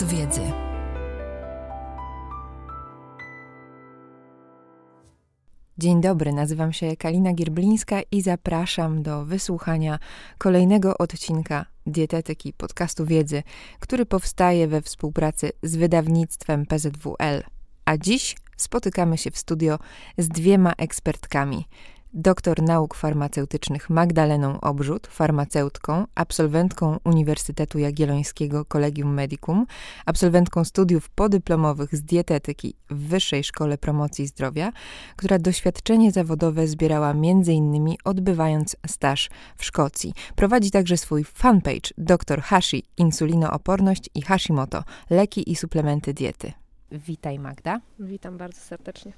Podcast wiedzy. Dzień dobry, nazywam się Kalina Gierblińska i zapraszam do wysłuchania kolejnego odcinka Dietetyki Podcastu Wiedzy, który powstaje we współpracy z wydawnictwem PZWL. A dziś spotykamy się w studio z dwiema ekspertkami. Doktor nauk farmaceutycznych Magdaleną Obrzut, farmaceutką, absolwentką Uniwersytetu Jagiellońskiego Collegium Medicum, absolwentką studiów podyplomowych z dietetyki w Wyższej Szkole Promocji Zdrowia, która doświadczenie zawodowe zbierała m.in. odbywając staż w Szkocji. Prowadzi także swój fanpage Dr Hashi Insulinooporność i Hashimoto leki i suplementy diety. Witaj Magda. Witam bardzo serdecznie.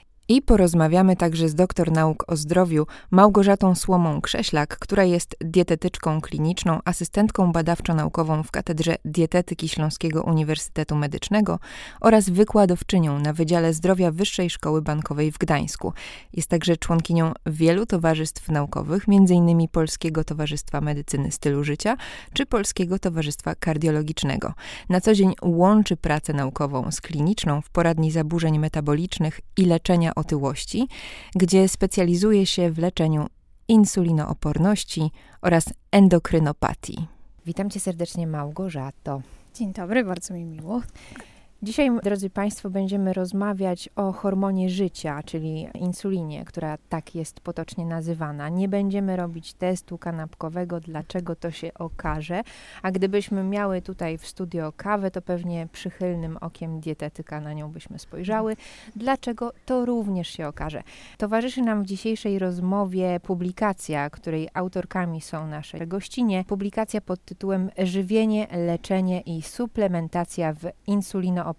I porozmawiamy także z doktor nauk o zdrowiu Małgorzatą Słomą-Krześlak, która jest dietetyczką kliniczną, asystentką badawczo-naukową w Katedrze Dietetyki Śląskiego Uniwersytetu Medycznego oraz wykładowczynią na Wydziale Zdrowia Wyższej Szkoły Bankowej w Gdańsku. Jest także członkinią wielu towarzystw naukowych, m.in. Polskiego Towarzystwa Medycyny Stylu Życia czy Polskiego Towarzystwa Kardiologicznego. Na co dzień łączy pracę naukową z kliniczną w poradni zaburzeń metabolicznych i leczenia otyłości, gdzie specjalizuje się w leczeniu insulinooporności oraz endokrynopatii. Witam Cię serdecznie, Małgorzato. Dzień dobry, bardzo mi miło. Dzisiaj, drodzy Państwo, będziemy rozmawiać o hormonie życia, czyli insulinie, która tak jest potocznie nazywana. Nie będziemy robić testu kanapkowego, dlaczego to się okaże, a gdybyśmy miały tutaj w studio kawę, to pewnie przychylnym okiem dietetyka na nią byśmy spojrzały. Dlaczego to również się okaże? Towarzyszy nam w dzisiejszej rozmowie publikacja, której autorkami są nasze gościnie. Publikacja pod tytułem Żywienie, leczenie i suplementacja w insulinooporności,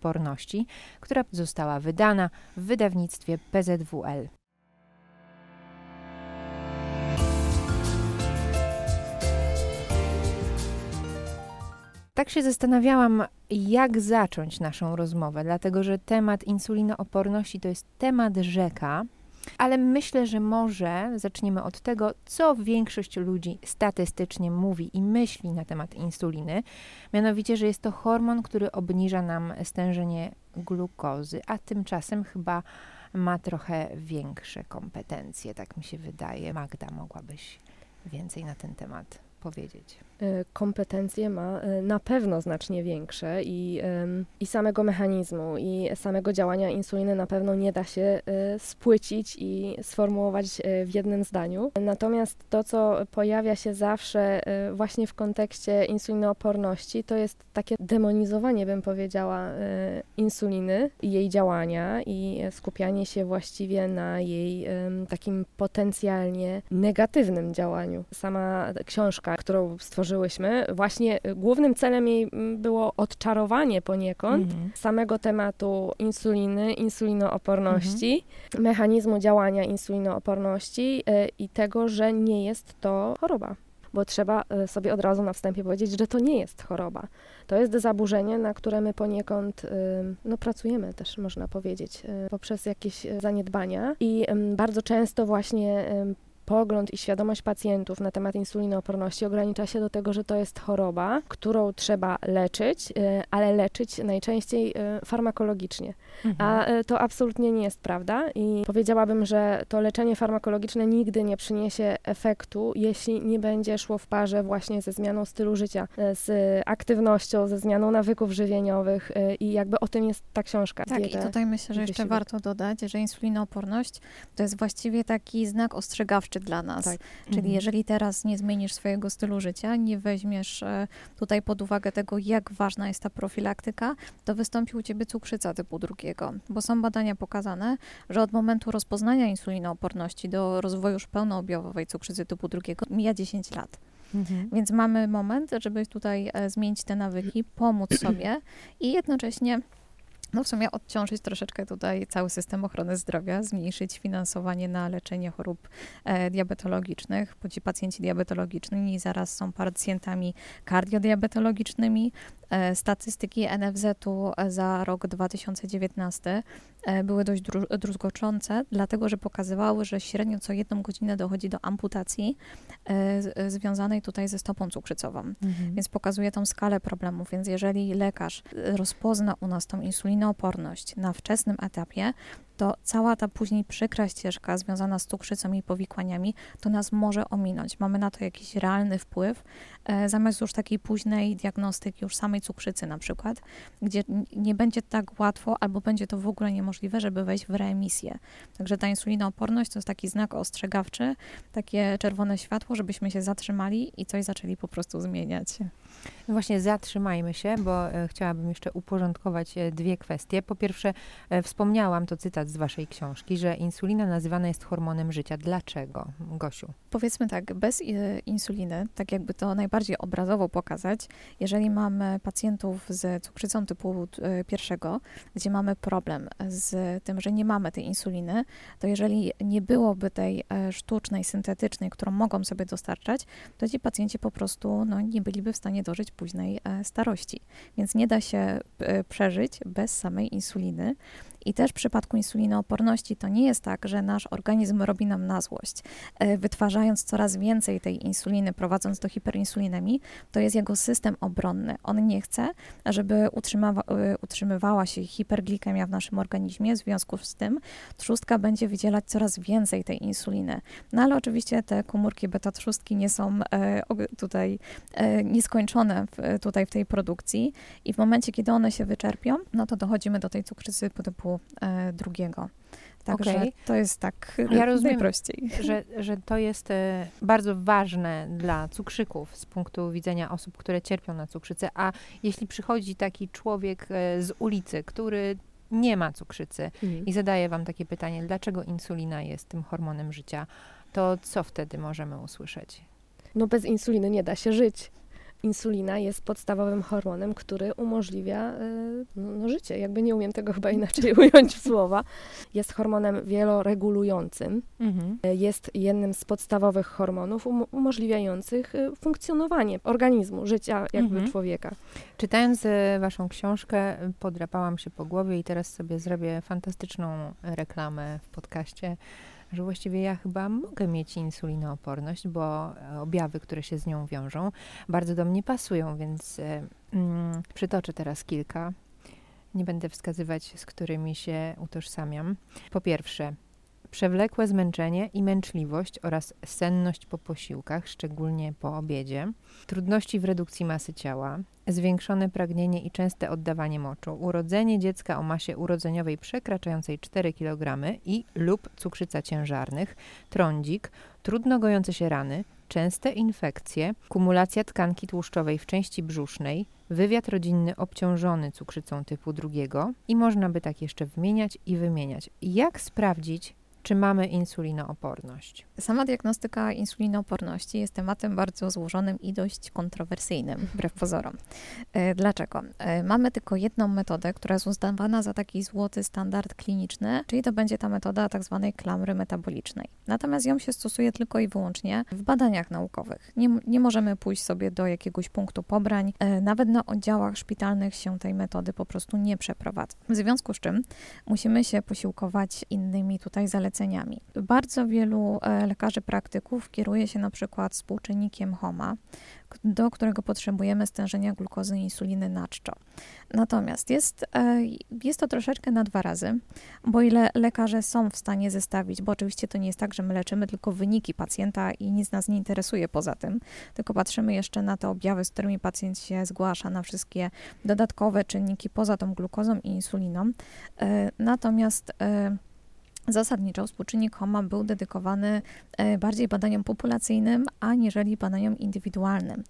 która została wydana w wydawnictwie PZWL. Tak się zastanawiałam, jak zacząć naszą rozmowę, dlatego że temat insulinooporności to jest temat rzeka, ale myślę, że może zaczniemy od tego, co większość ludzi statystycznie mówi i myśli na temat insuliny. Mianowicie, że jest to hormon, który obniża nam stężenie glukozy, a tymczasem chyba ma trochę większe kompetencje, tak mi się wydaje. Magda, mogłabyś więcej na ten temat powiedzieć? Kompetencje ma na pewno znacznie większe i samego mechanizmu i samego działania insuliny na pewno nie da się spłycić i sformułować w jednym zdaniu. Natomiast to, co pojawia się zawsze właśnie w kontekście insulinooporności, to jest takie demonizowanie, bym powiedziała, insuliny i jej działania i skupianie się właściwie na jej takim potencjalnie negatywnym działaniu. Sama książka, którą stworzyłyśmy, właśnie głównym celem jej było odczarowanie poniekąd samego tematu insuliny, insulinooporności, mechanizmu działania insulinooporności i tego, że nie jest to choroba. Bo trzeba sobie od razu na wstępie powiedzieć, że to nie jest choroba. To jest zaburzenie, na które my poniekąd pracujemy też, można powiedzieć, poprzez jakieś zaniedbania i bardzo często właśnie pogląd i świadomość pacjentów na temat insulinooporności ogranicza się do tego, że to jest choroba, którą trzeba leczyć, ale leczyć najczęściej farmakologicznie. A to absolutnie nie jest prawda i powiedziałabym, że to leczenie farmakologiczne nigdy nie przyniesie efektu, jeśli nie będzie szło w parze właśnie ze zmianą stylu życia, z aktywnością, ze zmianą nawyków żywieniowych i jakby o tym jest ta książka. Tak, i tutaj myślę, że jeszcze warto dodać, że insulinooporność to jest właściwie taki znak ostrzegawczy dla nas. Tak. Czyli jeżeli teraz nie zmienisz swojego stylu życia, nie weźmiesz tutaj pod uwagę tego, jak ważna jest ta profilaktyka, to wystąpi u ciebie cukrzyca typu 2. Bo są badania pokazane, że od momentu rozpoznania insulinooporności do rozwoju już pełnoobjawowej cukrzycy typu 2 mija 10 lat. Więc mamy moment, żeby tutaj zmienić te nawyki, pomóc sobie i jednocześnie w sumie odciążyć troszeczkę tutaj cały system ochrony zdrowia, zmniejszyć finansowanie na leczenie chorób diabetologicznych, bo ci pacjenci diabetologiczni zaraz są pacjentami kardiodiabetologicznymi, Statystyki NFZ-u za rok 2019 były dość druzgoczące, dlatego że pokazywały, że średnio co 1 godzinę dochodzi do amputacji związanej tutaj ze stopą cukrzycową. Więc pokazuje tą skalę problemów. Więc jeżeli lekarz rozpozna u nas tą insulinooporność na wczesnym etapie, to cała ta później przykra ścieżka związana z cukrzycą i powikłaniami, to nas może ominąć. Mamy na to jakiś realny wpływ, zamiast już takiej późnej diagnostyki, już samej cukrzycy na przykład, gdzie nie będzie tak łatwo, albo będzie to w ogóle niemożliwe, żeby wejść w reemisję. Także ta insulinooporność to jest taki znak ostrzegawczy, takie czerwone światło, żebyśmy się zatrzymali i coś zaczęli po prostu zmieniać. No właśnie, zatrzymajmy się, bo chciałabym jeszcze uporządkować 2 kwestie. Po pierwsze, wspomniałam, to cytat z waszej książki, że insulina nazywana jest hormonem życia. Dlaczego, Gosiu? Powiedzmy tak, bez insuliny, tak jakby to najbardziej obrazowo pokazać, jeżeli mamy pacjentów z cukrzycą typu 1, gdzie mamy problem z tym, że nie mamy tej insuliny, to jeżeli nie byłoby tej sztucznej, syntetycznej, którą mogą sobie dostarczać, to ci pacjenci po prostu nie byliby w stanie dożyć późnej starości. Więc nie da się przeżyć bez samej insuliny. I też w przypadku insulinooporności to nie jest tak, że nasz organizm robi nam na złość, wytwarzając coraz więcej tej insuliny, prowadząc do hiperinsulinemii, to jest jego system obronny. On nie chce, żeby utrzymywała się hiperglikemia w naszym organizmie, w związku z tym trzustka będzie wydzielać coraz więcej tej insuliny. No ale oczywiście te komórki beta-trzustki nie są tutaj nieskończone tutaj w tej produkcji i w momencie, kiedy one się wyczerpią, no to dochodzimy do tej cukrzycy typu 2. Także to jest tak ja rozumiem, najprościej. Że to jest bardzo ważne dla cukrzyków z punktu widzenia osób, które cierpią na cukrzycę, a jeśli przychodzi taki człowiek z ulicy, który nie ma cukrzycy i zadaje wam takie pytanie, dlaczego insulina jest tym hormonem życia, to co wtedy możemy usłyszeć? No bez insuliny nie da się żyć. Insulina jest podstawowym hormonem, który umożliwia życie. Jakby nie umiem tego chyba inaczej ująć w słowa. Jest hormonem wieloregulującym. Jest jednym z podstawowych hormonów umożliwiających funkcjonowanie organizmu, życia jakby człowieka. Czytając waszą książkę, podrapałam się po głowie i teraz sobie zrobię fantastyczną reklamę w podcaście, że właściwie ja chyba mogę mieć insulinooporność, bo objawy, które się z nią wiążą, bardzo do mnie pasują, więc przytoczę teraz kilka. Nie będę wskazywać, z którymi się utożsamiam. Po pierwsze, przewlekłe zmęczenie i męczliwość oraz senność po posiłkach, szczególnie po obiedzie, trudności w redukcji masy ciała, zwiększone pragnienie i częste oddawanie moczu, urodzenie dziecka o masie urodzeniowej przekraczającej 4 kg i lub cukrzyca ciężarnych, trądzik, trudno gojące się rany, częste infekcje, kumulacja tkanki tłuszczowej w części brzusznej, wywiad rodzinny obciążony cukrzycą typu 2 i można by tak jeszcze wymieniać i wymieniać. Jak sprawdzić, czy mamy insulinooporność? Sama diagnostyka insulinooporności jest tematem bardzo złożonym i dość kontrowersyjnym, wbrew pozorom. Dlaczego? Mamy tylko jedną metodę, która jest uznawana za taki złoty standard kliniczny, czyli to będzie ta metoda tak zwanej klamry metabolicznej. Natomiast ją się stosuje tylko i wyłącznie w badaniach naukowych. Nie możemy pójść sobie do jakiegoś punktu pobrań. Nawet na oddziałach szpitalnych się tej metody po prostu nie przeprowadza. W związku z czym musimy się posiłkować innymi tutaj zaleceniami. Bardzo wielu lekarzy praktyków kieruje się na przykład współczynnikiem HOMA, do którego potrzebujemy stężenia glukozy i insuliny na czczo. Natomiast jest to troszeczkę na 2 razy, bo ile lekarze są w stanie zestawić, bo oczywiście to nie jest tak, że my leczymy tylko wyniki pacjenta i nic nas nie interesuje poza tym, tylko patrzymy jeszcze na te objawy, z którymi pacjent się zgłasza, na wszystkie dodatkowe czynniki poza tą glukozą i insuliną. Natomiast zasadniczo współczynnik HOMA był dedykowany bardziej badaniom populacyjnym, aniżeli badaniom indywidualnym.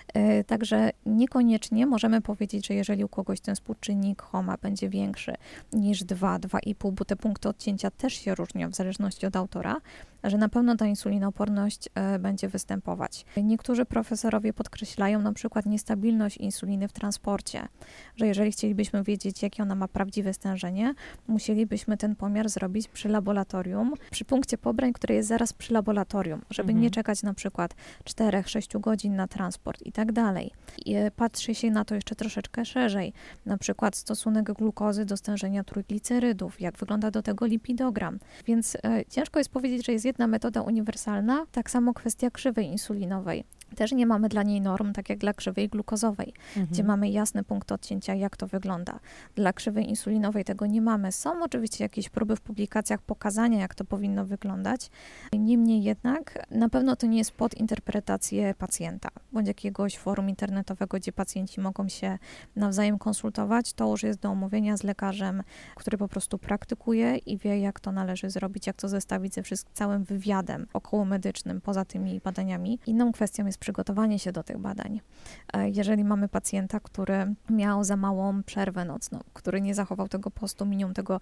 Także niekoniecznie możemy powiedzieć, że jeżeli u kogoś ten współczynnik HOMA będzie większy niż 2, 2,5, bo te punkty odcięcia też się różnią w zależności od autora, że na pewno ta insulinooporność będzie występować. Niektórzy profesorowie podkreślają na przykład niestabilność insuliny w transporcie, że jeżeli chcielibyśmy wiedzieć, jakie ona ma prawdziwe stężenie, musielibyśmy ten pomiar zrobić przy laboratorium, przy punkcie pobrań, który jest zaraz przy laboratorium, żeby nie czekać na przykład 4-6 godzin na transport i tak dalej. I patrzy się na to jeszcze troszeczkę szerzej, na przykład stosunek glukozy do stężenia trójglicerydów, jak wygląda do tego lipidogram. Więc ciężko jest powiedzieć, że jest jedna metoda uniwersalna, tak samo kwestia krzywej insulinowej. Też nie mamy dla niej norm, tak jak dla krzywej glukozowej, gdzie mamy jasny punkt odcięcia, jak to wygląda. Dla krzywej insulinowej tego nie mamy. Są oczywiście jakieś próby w publikacjach pokazania, jak to powinno wyglądać. Niemniej jednak na pewno to nie jest pod interpretację pacjenta, bądź jakiegoś forum internetowego, gdzie pacjenci mogą się nawzajem konsultować. To już jest do omówienia z lekarzem, który po prostu praktykuje i wie, jak to należy zrobić, jak to zestawić ze całym wywiadem okołomedycznym, poza tymi badaniami. Inną kwestią jest przygotowanie się do tych badań. Jeżeli mamy pacjenta, który miał za małą przerwę nocną, który nie zachował tego postu minimum tego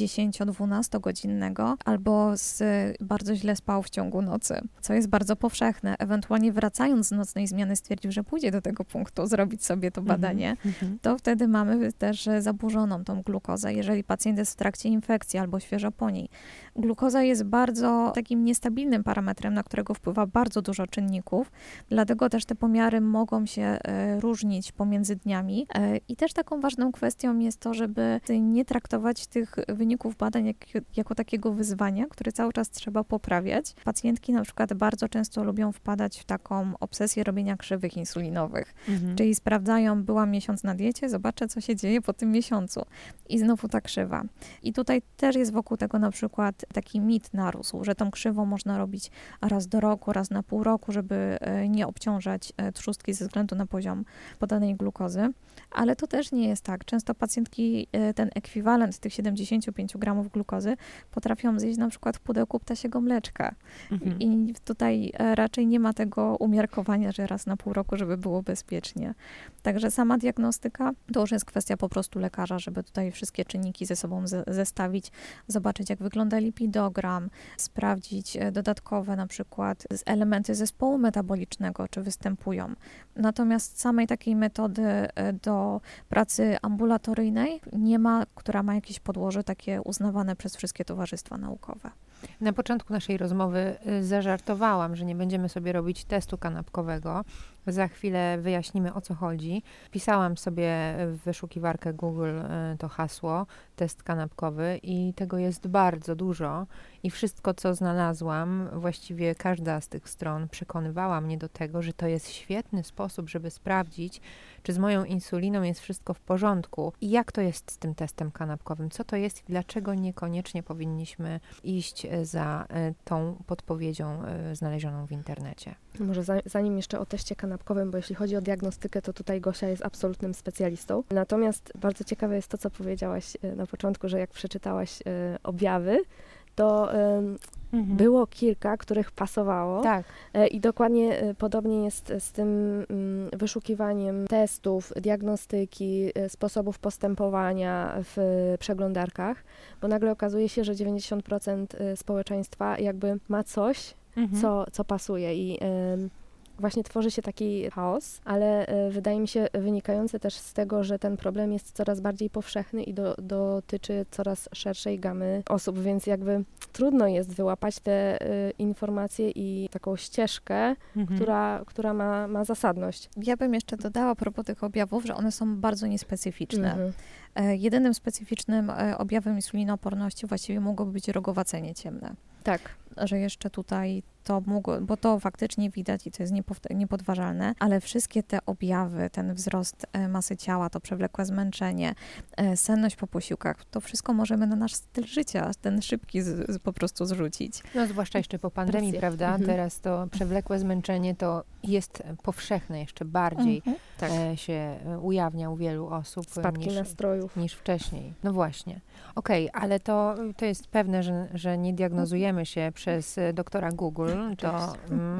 10-12 godzinnego, albo bardzo źle spał w ciągu nocy, co jest bardzo powszechne, ewentualnie wracając z nocnej zmiany stwierdził, że pójdzie do tego punktu zrobić sobie to badanie, to wtedy mamy też zaburzoną tą glukozę. Jeżeli pacjent jest w trakcie infekcji albo świeżo po niej. Glukoza jest bardzo takim niestabilnym parametrem, na którego wpływa bardzo dużo czynników, dlatego też te pomiary mogą się różnić pomiędzy dniami. I też taką ważną kwestią jest to, żeby nie traktować tych wyników badań jako takiego wyzwania, które cały czas trzeba poprawiać. Pacjentki na przykład bardzo często lubią wpadać w taką obsesję robienia krzywych insulinowych, czyli sprawdzają, byłam miesiąc na diecie, zobaczę, co się dzieje po tym miesiącu. I znowu ta krzywa. I tutaj też jest wokół tego na przykład taki mit narósł, że tą krzywą można robić raz do roku, raz na pół roku, żeby nie obciążać trzustki ze względu na poziom podanej glukozy, ale to też nie jest tak. Często pacjentki ten ekwiwalent tych 75 gramów glukozy potrafią zjeść na przykład w pudełku ptasiego mleczka. I tutaj raczej nie ma tego umiarkowania, że raz na pół roku, żeby było bezpiecznie. Także sama diagnostyka to już jest kwestia po prostu lekarza, żeby tutaj wszystkie czynniki ze sobą zestawić, zobaczyć, jak wygląda lipidogram, sprawdzić dodatkowe na przykład elementy zespołu metabolicznego, czy występują. Natomiast samej takiej metody do pracy ambulatoryjnej nie ma, która ma jakieś podłoże takie uznawane przez wszystkie towarzystwa naukowe. Na początku naszej rozmowy zażartowałam, że nie będziemy sobie robić testu kanapkowego. Za chwilę wyjaśnimy, o co chodzi. Wpisałam sobie w wyszukiwarkę Google to hasło, test kanapkowy, i tego jest bardzo dużo. I wszystko, co znalazłam, właściwie każda z tych stron przekonywała mnie do tego, że to jest świetny sposób, żeby sprawdzić, czy z moją insuliną jest wszystko w porządku. I jak to jest z tym testem kanapkowym? Co to jest i dlaczego niekoniecznie powinniśmy iść za tą podpowiedzią znalezioną w internecie? Może zanim jeszcze o teście kanapkowym, bo jeśli chodzi o diagnostykę, to tutaj Gosia jest absolutnym specjalistą. Natomiast bardzo ciekawe jest to, co powiedziałaś na początku, że jak przeczytałaś objawy, to było kilka, których pasowało. Tak. I dokładnie podobnie jest z tym wyszukiwaniem testów, diagnostyki, sposobów postępowania w przeglądarkach, bo nagle okazuje się, że 90% społeczeństwa jakby ma coś, co pasuje i właśnie tworzy się taki chaos, ale wydaje mi się wynikający też z tego, że ten problem jest coraz bardziej powszechny i dotyczy coraz szerszej gamy osób, więc jakby trudno jest wyłapać te informacje i taką ścieżkę, która ma zasadność. Ja bym jeszcze dodała a propos tych objawów, że one są bardzo niespecyficzne. Jedynym specyficznym objawem insulinooporności właściwie mogłoby być rogowacenie ciemne. Tak. Że jeszcze tutaj to mogło, bo to faktycznie widać i to jest niepodważalne, ale wszystkie te objawy, ten wzrost masy ciała, to przewlekłe zmęczenie, senność po posiłkach, to wszystko możemy na nasz styl życia, ten szybki po prostu zrzucić. No zwłaszcza jeszcze po pandemii, prawda? Teraz to przewlekłe zmęczenie to jest powszechne jeszcze bardziej się ujawnia u wielu osób. Spadki nastrojów. Niż wcześniej. No właśnie. Okej, ale to jest pewne, że nie diagnozujemy się przez doktora Google, to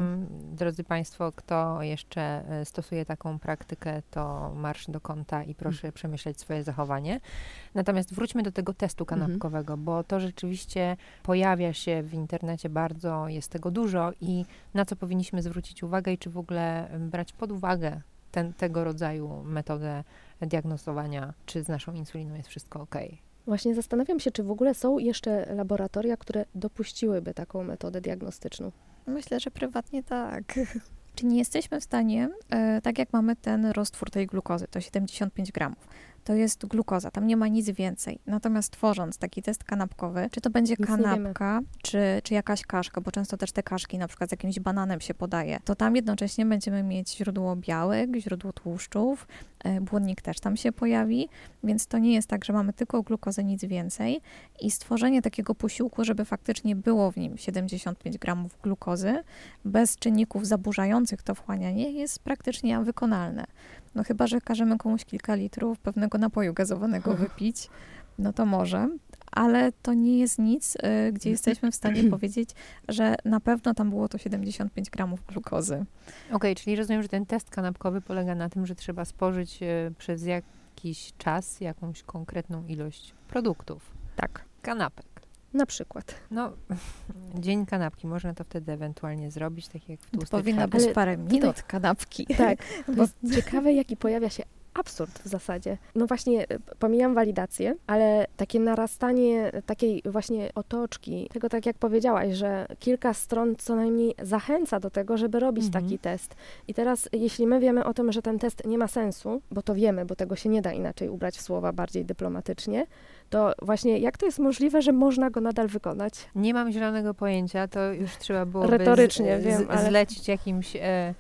drodzy Państwo, kto jeszcze stosuje taką praktykę, to marsz do kąta i proszę przemyśleć swoje zachowanie. Natomiast wróćmy do tego testu kanapkowego, bo to rzeczywiście pojawia się w internecie bardzo, jest tego dużo i na co powinniśmy zwrócić uwagę i czy w ogóle brać pod uwagę tego rodzaju metodę diagnozowania, czy z naszą insuliną jest wszystko ok. Właśnie zastanawiam się, czy w ogóle są jeszcze laboratoria, które dopuściłyby taką metodę diagnostyczną. Myślę, że prywatnie tak. Czy nie jesteśmy w stanie, tak jak mamy ten roztwór tej glukozy, to 75 gramów, to jest glukoza, tam nie ma nic więcej. Natomiast tworząc taki test kanapkowy, czy to będzie kanapka, czy jakaś kaszka, bo często też te kaszki na przykład z jakimś bananem się podaje, to tam jednocześnie będziemy mieć źródło białek, źródło tłuszczów, błonnik też tam się pojawi, więc to nie jest tak, że mamy tylko glukozę, nic więcej. I stworzenie takiego posiłku, żeby faktycznie było w nim 75 gramów glukozy, bez czynników zaburzających to wchłanianie, jest praktycznie wykonalne. No chyba, że każemy komuś kilka litrów pewnego napoju gazowanego wypić, no to może, ale to nie jest nic, gdzie jesteśmy w stanie powiedzieć, że na pewno tam było to 75 gramów glukozy. Okej, czyli rozumiem, że ten test kanapkowy polega na tym, że trzeba spożyć przez jakiś czas jakąś konkretną ilość produktów. Tak. Kanapek. Na przykład. No, dzień kanapki, można to wtedy ewentualnie zrobić, tak jak w tłustych powinno być parę minut kanapki. Tak, to jest ciekawe, jaki pojawia się absurd w zasadzie. No właśnie, pomijam walidację, ale takie narastanie takiej właśnie otoczki, tego tak jak powiedziałaś, że kilka stron co najmniej zachęca do tego, żeby robić taki test. I teraz, jeśli my wiemy o tym, że ten test nie ma sensu, bo to wiemy, bo tego się nie da inaczej ubrać w słowa bardziej dyplomatycznie, to właśnie jak to jest możliwe, że można go nadal wykonać? Nie mam zielonego pojęcia, to już trzeba byłoby retorycznie, wiem, ale zlecić jakimś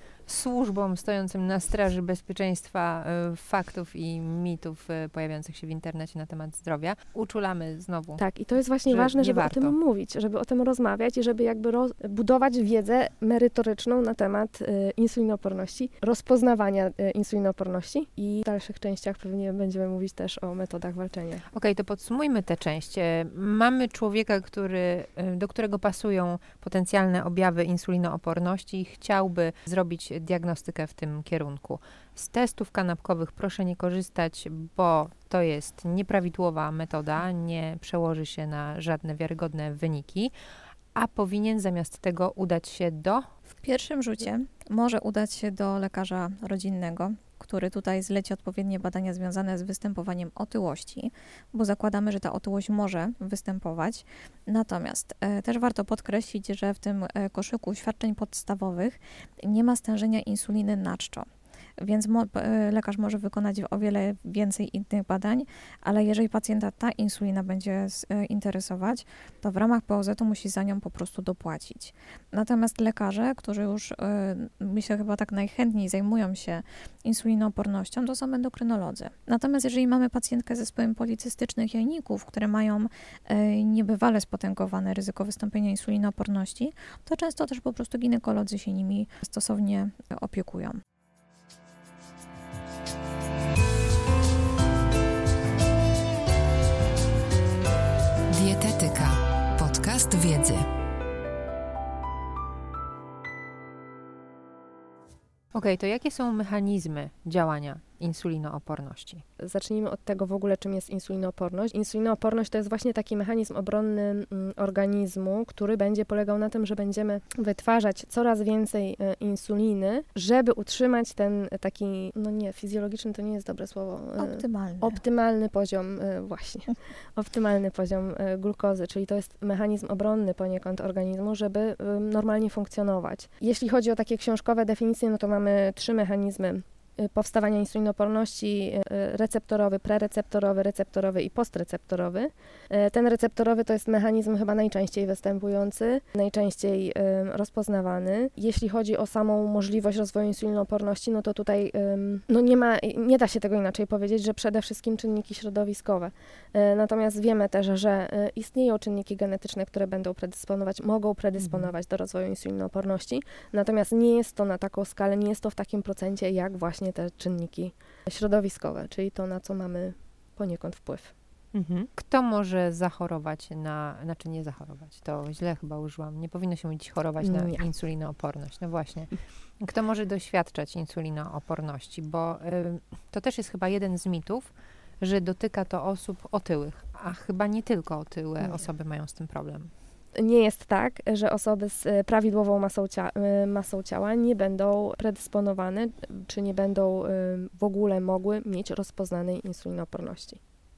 służbom stojącym na straży bezpieczeństwa faktów i mitów pojawiających się w internecie na temat zdrowia. Uczulamy znowu. Tak, i to jest właśnie ważne, żeby o tym mówić, żeby o tym rozmawiać i żeby jakby budować wiedzę merytoryczną na temat insulinooporności, rozpoznawania insulinooporności i w dalszych częściach pewnie będziemy mówić też o metodach walczenia. Okej, to podsumujmy tę część. Mamy człowieka, do którego pasują potencjalne objawy insulinooporności i chciałby zrobić diagnostykę w tym kierunku. Z testów kanapkowych proszę nie korzystać, bo to jest nieprawidłowa metoda, nie przełoży się na żadne wiarygodne wyniki, a powinien zamiast tego udać się W pierwszym rzucie może udać się do lekarza rodzinnego, który tutaj zleci odpowiednie badania związane z występowaniem otyłości, bo zakładamy, że ta otyłość może występować. Natomiast też warto podkreślić, że w tym koszyku świadczeń podstawowych nie ma stężenia insuliny na czczo. Więc lekarz może wykonać o wiele więcej innych badań, ale jeżeli pacjenta ta insulina będzie interesować, to w ramach POZ-u musi za nią po prostu dopłacić. Natomiast lekarze, którzy już myślę chyba tak najchętniej zajmują się insulinoopornością, to są endokrynolodzy. Natomiast jeżeli mamy pacjentkę z zespołem policystycznych jajników, które mają niebywale spotęgowane ryzyko wystąpienia insulinooporności, to często też po prostu ginekolodzy się nimi stosownie opiekują. Dietetyka. Podcast wiedzy. Okej, to jakie są mechanizmy działania insulinooporności? Zacznijmy od tego w ogóle, czym jest insulinooporność. Insulinooporność to jest właśnie taki mechanizm obronny organizmu, który będzie polegał na tym, że będziemy wytwarzać coraz więcej insuliny, żeby utrzymać ten taki, no nie, fizjologiczny to nie jest dobre słowo. Optymalny poziom, właśnie. Optymalny poziom glukozy, czyli to jest mechanizm obronny poniekąd organizmu, żeby normalnie funkcjonować. Jeśli chodzi o takie książkowe definicje, no to mamy 3 mechanizmy powstawania insulinooporności: receptorowy, prereceptorowy, receptorowy i postreceptorowy. Ten receptorowy to jest mechanizm chyba najczęściej występujący, najczęściej rozpoznawany. Jeśli chodzi o samą możliwość rozwoju insulinooporności, no to tutaj no nie da się tego inaczej powiedzieć, że przede wszystkim czynniki środowiskowe. Natomiast wiemy też, że istnieją czynniki genetyczne, które mogą predysponować do rozwoju insulinooporności. Natomiast nie jest to na taką skalę, nie jest to w takim procencie jak właśnie te czynniki środowiskowe, czyli to, na co mamy poniekąd wpływ. Kto może zachorować znaczy nie zachorować, to źle chyba użyłam, nie powinno się mówić chorować na insulinooporność. No właśnie. Kto może doświadczać insulinooporności, bo to też jest chyba jeden z mitów, że dotyka to osób otyłych, a chyba nie tylko otyłe osoby mają z tym problem. Nie jest tak, że osoby z prawidłową masą ciała nie będą predysponowane, czy nie będą w ogóle mogły mieć rozpoznanej insulinooporności.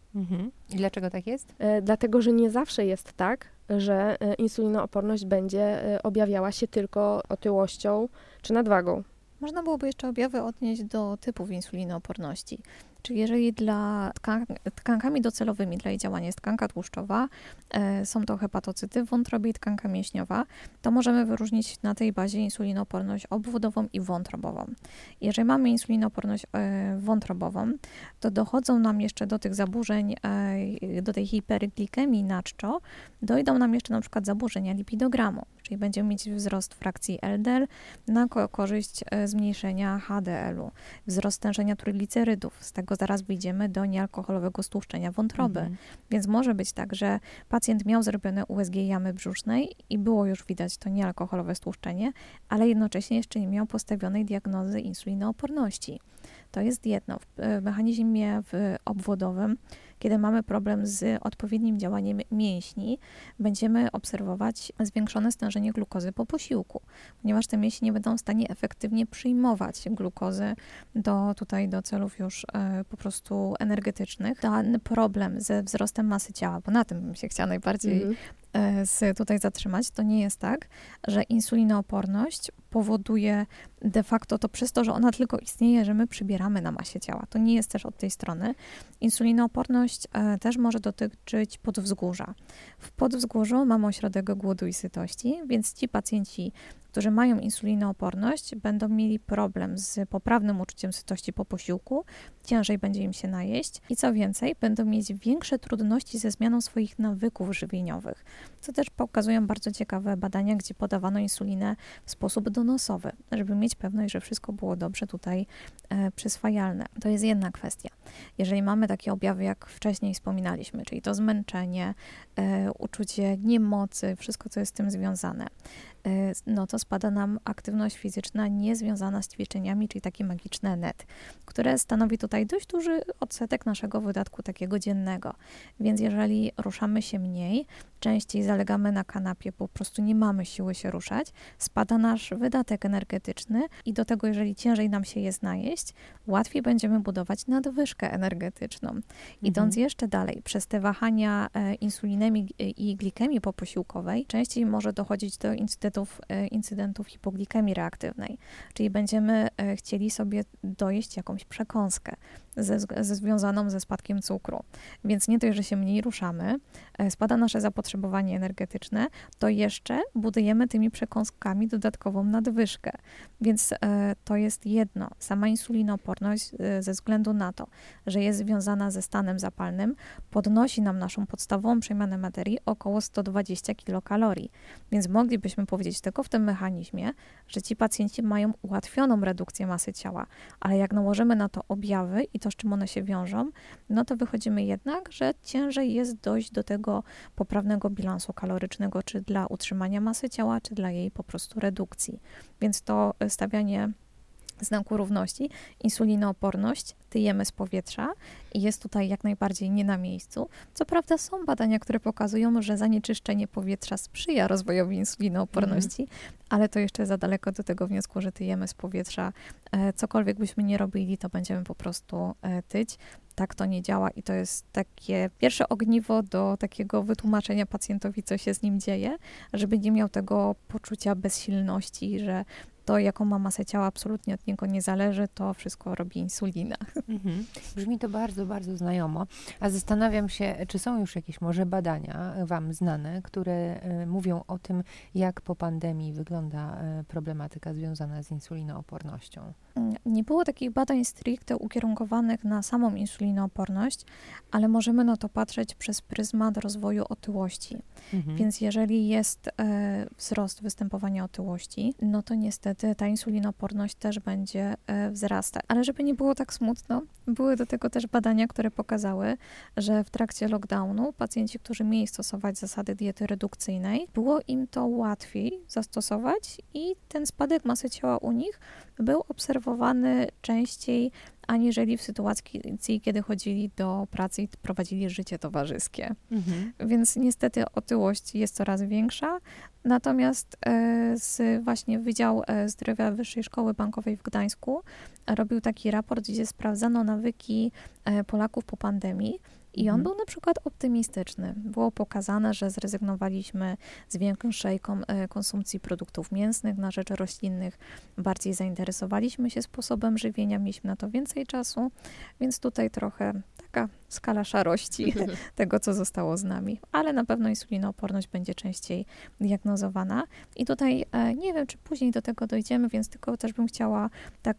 I dlaczego tak jest? Dlatego, że nie zawsze jest tak, że insulinooporność będzie objawiała się tylko otyłością czy nadwagą. Można byłoby jeszcze objawy odnieść do typów insulinooporności. Czyli jeżeli dla tkankami docelowymi dla jej działania jest tkanka tłuszczowa, są to hepatocyty w wątrobie i tkanka mięśniowa, to możemy wyróżnić na tej bazie insulinooporność obwodową i wątrobową. Jeżeli mamy insulinooporność wątrobową, to dochodzą nam jeszcze do tych zaburzeń, do tej hiperglikemii na czczo, dojdą nam jeszcze na przykład zaburzenia lipidogramu, czyli będziemy mieć wzrost frakcji LDL na korzyść zmniejszenia HDL-u, wzrost stężenia trójglicerydów, z tego zaraz wyjdziemy do niealkoholowego stłuszczenia wątroby. Więc może być tak, że pacjent miał zrobione USG jamy brzusznej i było już widać to niealkoholowe stłuszczenie, ale jednocześnie jeszcze nie miał postawionej diagnozy insulinooporności. To jest jedno. W mechanizmie obwodowym, kiedy mamy problem z odpowiednim działaniem mięśni, będziemy obserwować zwiększone stężenie glukozy po posiłku, ponieważ te mięśnie nie będą w stanie efektywnie przyjmować glukozy do celów już po prostu energetycznych. Ten problem ze wzrostem masy ciała, bo na tym bym się chciała najbardziej tutaj zatrzymać, to nie jest tak, że insulinooporność powoduje de facto to przez to, że ona tylko istnieje, że my przybieramy na masie ciała. To nie jest też od tej strony. Insulinooporność też może dotyczyć podwzgórza. W podwzgórzu mamy ośrodek głodu i sytości, więc ci pacjenci, którzy mają insulinooporność, będą mieli problem z poprawnym uczuciem sytości po posiłku, ciężej będzie im się najeść i co więcej, będą mieć większe trudności ze zmianą swoich nawyków żywieniowych, co też pokazują bardzo ciekawe badania, gdzie podawano insulinę w sposób donosowy, żeby mieć pewność, że wszystko było dobrze tutaj przyswajalne. To jest jedna kwestia. Jeżeli mamy takie objawy, jak wcześniej wspominaliśmy, czyli to zmęczenie, uczucie niemocy, wszystko, co jest z tym związane, no to spada nam aktywność fizyczna niezwiązana z ćwiczeniami, czyli takie magiczne NET, które stanowi tutaj dość duży odsetek naszego wydatku takiego dziennego. Więc jeżeli ruszamy się mniej, częściej zalegamy na kanapie, po prostu nie mamy siły się ruszać, spada nasz wydatek energetyczny i do tego, jeżeli ciężej nam się jest najeść, łatwiej będziemy budować nadwyżkę energetyczną. Idąc jeszcze dalej, przez te wahania insulinemii i glikemii poposiłkowej, częściej może dochodzić do incydentów hipoglikemii reaktywnej, czyli będziemy chcieli sobie dojeść jakąś przekąskę związaną ze spadkiem cukru. Więc nie dość, że się mniej ruszamy, spada nasze zapotrzebowanie energetyczne, to jeszcze budujemy tymi przekąskami dodatkową nadwyżkę. Więc to jest jedno. Sama insulinooporność ze względu na to, że jest związana ze stanem zapalnym, podnosi nam naszą podstawową przemianę materii około 120 kilokalorii. Więc moglibyśmy powiedzieć tylko w tym mechanizmie, że ci pacjenci mają ułatwioną redukcję masy ciała, ale jak nałożymy na to objawy i to, z czym one się wiążą, no to wychodzimy jednak, że ciężej jest dojść do tego poprawnego bilansu kalorycznego, czy dla utrzymania masy ciała, czy dla jej po prostu redukcji. Więc to stawianie znaku równości, insulinooporność, tyjemy z powietrza i jest tutaj jak najbardziej nie na miejscu. Co prawda są badania, które pokazują, że zanieczyszczenie powietrza sprzyja rozwojowi insulinooporności, ale to jeszcze za daleko do tego wniosku, że tyjemy z powietrza. Cokolwiek byśmy nie robili, to będziemy po prostu tyć. Tak to nie działa i to jest takie pierwsze ogniwo do takiego wytłumaczenia pacjentowi, co się z nim dzieje, żeby nie miał tego poczucia bezsilności, że to, jaką ma masę ciała, absolutnie od niego nie zależy, to wszystko robi insulina. Brzmi to bardzo, bardzo znajomo. A zastanawiam się, czy są już jakieś może badania Wam znane, które mówią o tym, jak po pandemii wygląda problematyka związana z insulinoopornością? Nie było takich badań stricte ukierunkowanych na samą insulinooporność, ale możemy na to patrzeć przez pryzmat rozwoju otyłości. Więc jeżeli jest wzrost występowania otyłości, no to niestety ta insulinoporność też będzie wzrastać. Ale żeby nie było tak smutno, były do tego też badania, które pokazały, że w trakcie lockdownu pacjenci, którzy mieli stosować zasady diety redukcyjnej, było im to łatwiej zastosować i ten spadek masy ciała u nich był obserwowany częściej aniżeli w sytuacji, kiedy chodzili do pracy i prowadzili życie towarzyskie. Więc niestety otyłość jest coraz większa. Natomiast właśnie Wydział Zdrowia Wyższej Szkoły Bankowej w Gdańsku robił taki raport, gdzie sprawdzano nawyki Polaków po pandemii. I on był na przykład optymistyczny. Było pokazane, że zrezygnowaliśmy z większej konsumpcji produktów mięsnych na rzecz roślinnych. Bardziej zainteresowaliśmy się sposobem żywienia, mieliśmy na to więcej czasu, więc tutaj trochę taka skala szarości tego, co zostało z nami. Ale na pewno insulinooporność będzie częściej diagnozowana. I tutaj nie wiem, czy później do tego dojdziemy, więc tylko też bym chciała tak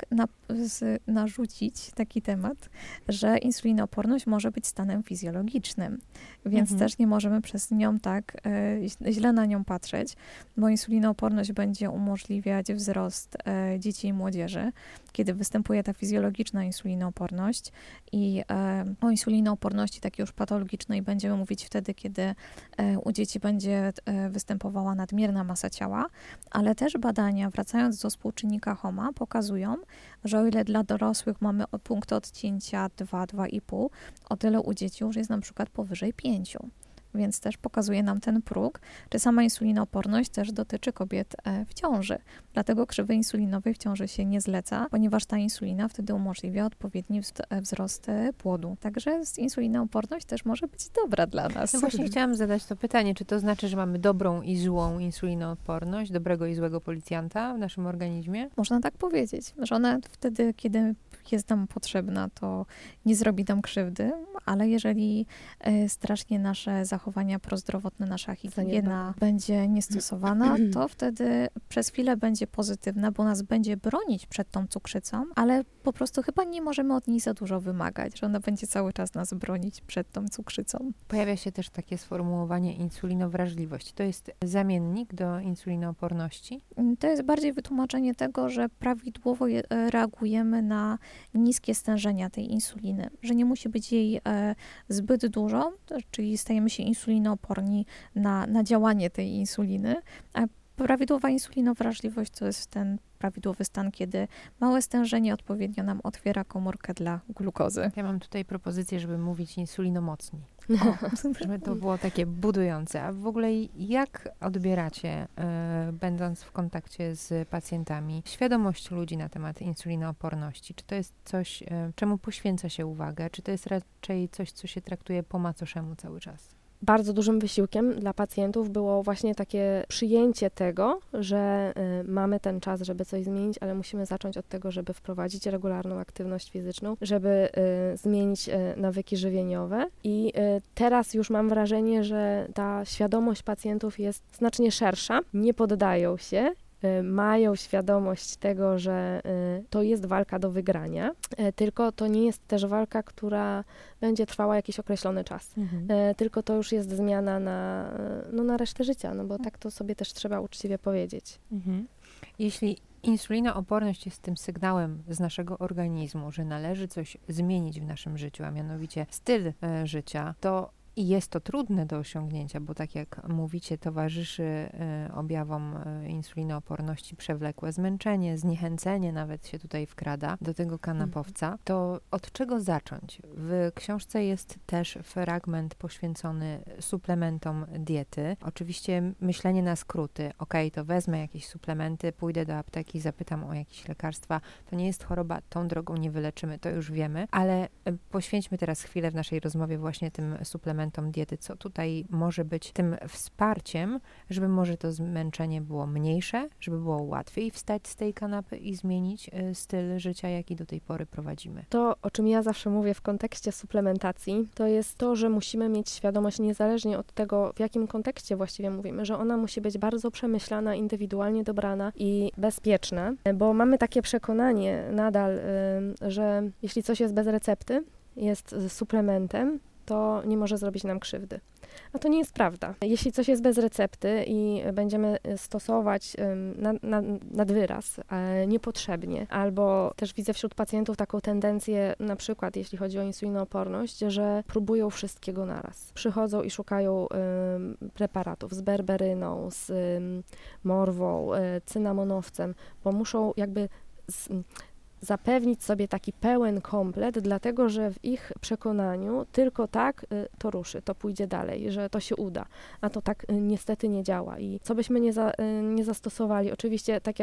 narzucić taki temat, że insulinooporność może być stanem fizjologicznym, więc też nie możemy przez nią tak źle na nią patrzeć, bo insulinooporność będzie umożliwiać wzrost dzieci i młodzieży, kiedy występuje ta fizjologiczna insulinooporność i o insulinooporności takiej już patologicznej będziemy mówić wtedy, kiedy u dzieci będzie występowała nadmierna masa ciała, ale też badania, wracając do współczynnika HOMA, pokazują, że o ile dla dorosłych mamy punkt odcięcia 2-2,5, o tyle u dzieci już jest na przykład powyżej 5. Więc też pokazuje nam ten próg, czy sama insulinooporność też dotyczy kobiet w ciąży. Dlatego krzywy insulinowej w ciąży się nie zleca, ponieważ ta insulina wtedy umożliwia odpowiedni wzrost płodu. Także insulinooporność też może być dobra dla nas. No właśnie chciałam zadać to pytanie, czy to znaczy, że mamy dobrą i złą insulinooporność, dobrego i złego policjanta w naszym organizmie? Można tak powiedzieć, że ona wtedy, kiedy jest nam potrzebna, to nie zrobi nam krzywdy, ale jeżeli strasznie nasze zachowania prozdrowotne, nasza higiena będzie niestosowana, to wtedy przez chwilę będzie pozytywna, bo nas będzie bronić przed tą cukrzycą, ale po prostu chyba nie możemy od niej za dużo wymagać, że ona będzie cały czas nas bronić przed tą cukrzycą. Pojawia się też takie sformułowanie insulinowrażliwość. To jest zamiennik do insulinooporności? To jest bardziej wytłumaczenie tego, że prawidłowo reagujemy na niskie stężenia tej insuliny, że nie musi być jej zbyt dużo, czyli stajemy się insulinooporni na działanie tej insuliny, a prawidłowa insulinowrażliwość to jest ten prawidłowy stan, kiedy małe stężenie odpowiednio nam otwiera komórkę dla glukozy. Ja mam tutaj propozycję, żeby mówić insulinomocni. Żeby to było takie budujące. A w ogóle jak odbieracie, będąc w kontakcie z pacjentami, świadomość ludzi na temat insulinooporności? Czy to jest coś, czemu poświęca się uwagę? Czy to jest raczej coś, co się traktuje po macoszemu cały czas? Bardzo dużym wysiłkiem dla pacjentów było właśnie takie przyjęcie tego, że mamy ten czas, żeby coś zmienić, ale musimy zacząć od tego, żeby wprowadzić regularną aktywność fizyczną, żeby zmienić nawyki żywieniowe. I teraz już mam wrażenie, że ta świadomość pacjentów jest znacznie szersza, nie poddają się, mają świadomość tego, że to jest walka do wygrania, tylko to nie jest też walka, która będzie trwała jakiś określony czas. Tylko to już jest zmiana na resztę życia, no bo tak to sobie też trzeba uczciwie powiedzieć. Jeśli insulinooporność jest tym sygnałem z naszego organizmu, że należy coś zmienić w naszym życiu, a mianowicie styl życia, to i jest to trudne do osiągnięcia, bo tak jak mówicie, towarzyszy objawom insulinooporności przewlekłe zmęczenie, zniechęcenie nawet się tutaj wkrada do tego kanapowca. To od czego zacząć? W książce jest też fragment poświęcony suplementom diety. Oczywiście myślenie na skróty. To wezmę jakieś suplementy, pójdę do apteki, zapytam o jakieś lekarstwa. To nie jest choroba, tą drogą nie wyleczymy, to już wiemy, ale poświęćmy teraz chwilę w naszej rozmowie właśnie tym suplementom diety, co tutaj może być tym wsparciem, żeby może to zmęczenie było mniejsze, żeby było łatwiej wstać z tej kanapy i zmienić styl życia, jaki do tej pory prowadzimy. To, o czym ja zawsze mówię w kontekście suplementacji, to jest to, że musimy mieć świadomość, niezależnie od tego, w jakim kontekście właściwie mówimy, że ona musi być bardzo przemyślana, indywidualnie dobrana i bezpieczna, bo mamy takie przekonanie nadal, że jeśli coś jest bez recepty, jest suplementem, to nie może zrobić nam krzywdy. A to nie jest prawda. Jeśli coś jest bez recepty i będziemy stosować nad wyraz, niepotrzebnie, albo też widzę wśród pacjentów taką tendencję, na przykład jeśli chodzi o insulinooporność, że próbują wszystkiego naraz. Przychodzą i szukają preparatów z berberyną, z morwą, cynamonowcem, bo muszą jakby zapewnić sobie taki pełen komplet, dlatego że w ich przekonaniu tylko tak to ruszy, to pójdzie dalej, że to się uda, a to tak niestety nie działa. I co byśmy nie zastosowali, oczywiście tak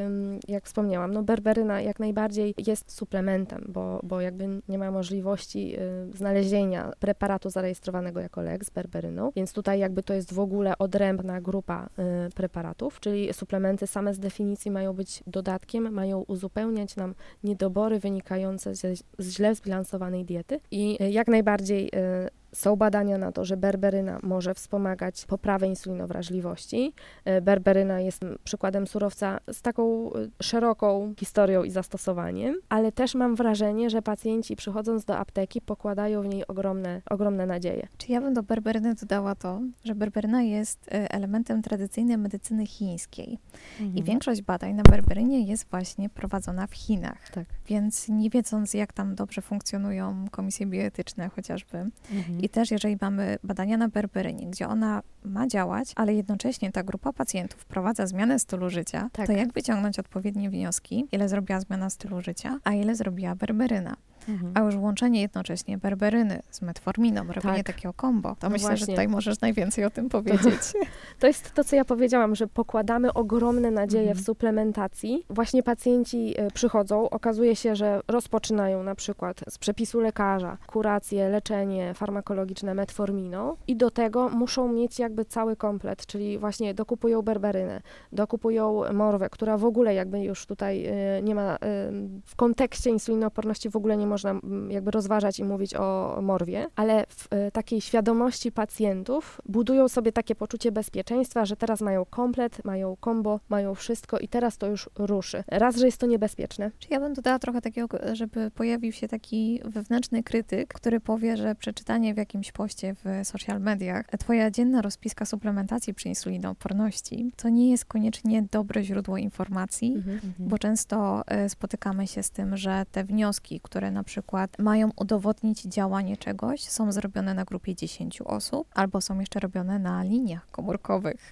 jak wspomniałam, no berberyna jak najbardziej jest suplementem, bo jakby nie ma możliwości znalezienia preparatu zarejestrowanego jako lek z berberyną, więc tutaj jakby to jest w ogóle odrębna grupa preparatów, czyli suplementy same z definicji mają być dodatkiem, mają uzupełniać nam niedobory wynikające z źle zbilansowanej diety i jak najbardziej są badania na to, że berberyna może wspomagać poprawę insulinowrażliwości. Berberyna jest przykładem surowca z taką szeroką historią i zastosowaniem, ale też mam wrażenie, że pacjenci przychodząc do apteki pokładają w niej ogromne nadzieje. Czy ja bym do berberyny dodała to, że berberyna jest elementem tradycyjnej medycyny chińskiej i większość badań na berberynie jest właśnie prowadzona w Chinach. Tak. Więc nie wiedząc, jak tam dobrze funkcjonują komisje bioetyczne chociażby, i też jeżeli mamy badania na berberynie, gdzie ona ma działać, ale jednocześnie ta grupa pacjentów wprowadza zmianę stylu życia, to jak wyciągnąć odpowiednie wnioski, ile zrobiła zmiana stylu życia, a ile zrobiła berberyna? A już łączenie jednocześnie berberyny z metforminą, robienie takiego combo, to myślę, że tutaj możesz najwięcej o tym powiedzieć. To jest to, co ja powiedziałam, że pokładamy ogromne nadzieje w suplementacji. Właśnie pacjenci przychodzą, okazuje się, że rozpoczynają na przykład z przepisu lekarza kurację, leczenie farmakologiczne metforminą i do tego muszą mieć jakby cały komplet, czyli właśnie dokupują berberynę, dokupują morwę, która w ogóle jakby już tutaj nie ma, w kontekście insulinooporności w ogóle nie można jakby rozważać i mówić o morwie, ale w takiej świadomości pacjentów budują sobie takie poczucie bezpieczeństwa, że teraz mają komplet, mają combo, mają wszystko i teraz to już ruszy. Raz, że jest to niebezpieczne. Czy ja bym dodała trochę takiego, żeby pojawił się taki wewnętrzny krytyk, który powie, że przeczytanie w jakimś poście w social mediach twoja dzienna rozpiska suplementacji przy insulinooporności to nie jest koniecznie dobre źródło informacji, bo często spotykamy się z tym, że te wnioski, które na przykład mają udowodnić działanie czegoś, są zrobione na grupie 10 osób, albo są jeszcze robione na liniach komórkowych,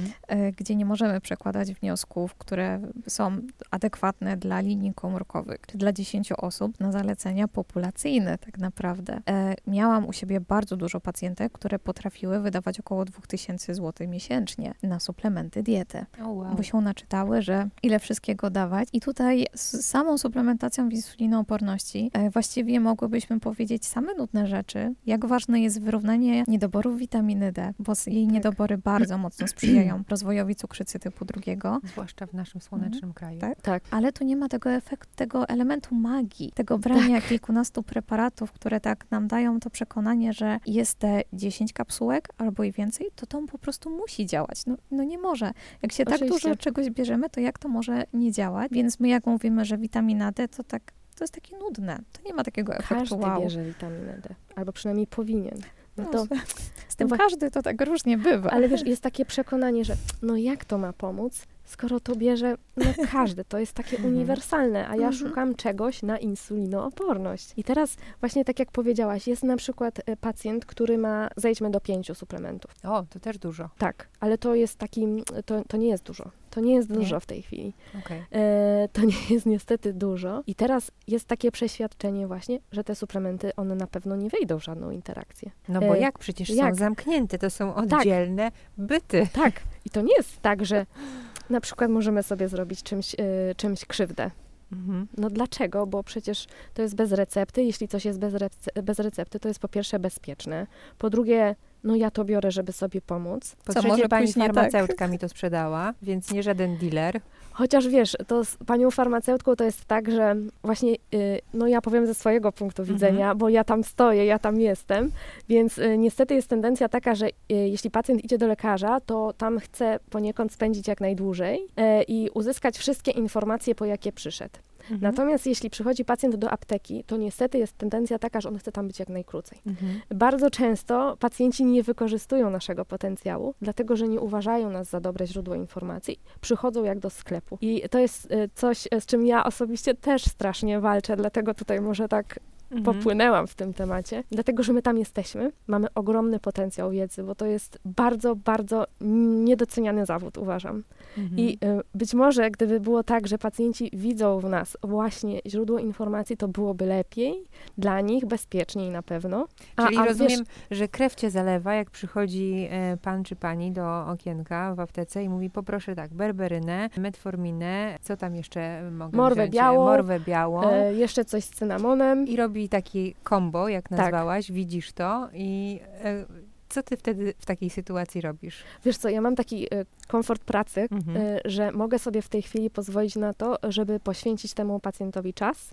gdzie nie możemy przekładać wniosków, które są adekwatne dla linii komórkowych, czy dla 10 osób na zalecenia populacyjne tak naprawdę. Miałam u siebie bardzo dużo pacjentek, które potrafiły wydawać około 2000 zł miesięcznie na suplementy diety, bo się naczytały, że ile wszystkiego dawać i tutaj z samą suplementacją w insulinooporności właściwie mogłybyśmy powiedzieć same nudne rzeczy, jak ważne jest wyrównanie niedoborów witaminy D, bo jej niedobory bardzo mocno sprzyjają rozwojowi cukrzycy typu 2. Zwłaszcza w naszym słonecznym kraju. Tak. Ale tu nie ma tego efektu, tego elementu magii, tego brania kilkunastu preparatów, które tak nam dają to przekonanie, że jest te 10 kapsułek albo i więcej, to po prostu musi działać. No nie może. Jak się tak dużo czegoś bierzemy, to jak to może nie działać? Więc my jak mówimy, że witamina D, to jest takie nudne. To nie ma takiego efektu Każdy bierze witaminę D, albo przynajmniej powinien. Z tym każdy to tak różnie bywa. Ale wiesz, jest takie przekonanie, że jak to ma pomóc, skoro to bierze każdy. To jest takie uniwersalne, a ja szukam czegoś na insulinooporność. I teraz właśnie tak jak powiedziałaś, jest na przykład pacjent, który zejdźmy do 5 suplementów. O, to też dużo. Tak, ale to jest to nie jest dużo. To nie jest dużo w tej chwili. To nie jest niestety dużo. I teraz jest takie przeświadczenie właśnie, że te suplementy, one na pewno nie wejdą w żadną interakcymie. No bo przecież są zamknięte, to są oddzielne byty. Tak. I to nie jest tak, że na przykład możemy sobie zrobić czymś krzywdę. No dlaczego? Bo przecież to jest bez recepty. Jeśli coś jest bez recepty, to jest po pierwsze bezpieczne. Po drugie, ja to biorę, żeby sobie pomóc. Po trzecie, pani farmaceutka mi to sprzedała, więc nie żaden dealer. Chociaż wiesz, to z panią farmaceutką to jest tak, że właśnie, ja powiem ze swojego punktu widzenia, bo ja tam stoję, ja tam jestem, więc niestety jest tendencja taka, że jeśli pacjent idzie do lekarza, to tam chce poniekąd spędzić jak najdłużej i uzyskać wszystkie informacje, po jakie przyszedł. Natomiast jeśli przychodzi pacjent do apteki, to niestety jest tendencja taka, że on chce tam być jak najkrócej. Bardzo często pacjenci nie wykorzystują naszego potencjału, dlatego że nie uważają nas za dobre źródło informacji, przychodzą jak do sklepu. I to jest coś, z czym ja osobiście też strasznie walczę, dlatego tutaj może tak popłynęłam w tym temacie, dlatego że my tam jesteśmy, mamy ogromny potencjał wiedzy, bo to jest bardzo, bardzo niedoceniany zawód, uważam. I być może, gdyby było tak, że pacjenci widzą w nas właśnie źródło informacji, to byłoby lepiej, dla nich bezpieczniej na pewno. Czyli rozumiem, że krew cię zalewa, jak przychodzi pan czy pani do okienka w aptece i mówi, poproszę tak, berberynę, metforminę, co tam jeszcze mogę morwę wziąć? Białą, morwę białą. Jeszcze coś z cynamonem. I robi taki combo, jak nazwałaś, widzisz to i co ty wtedy w takiej sytuacji robisz? Wiesz co, ja mam taki komfort pracy, że mogę sobie w tej chwili pozwolić na to, żeby poświęcić temu pacjentowi czas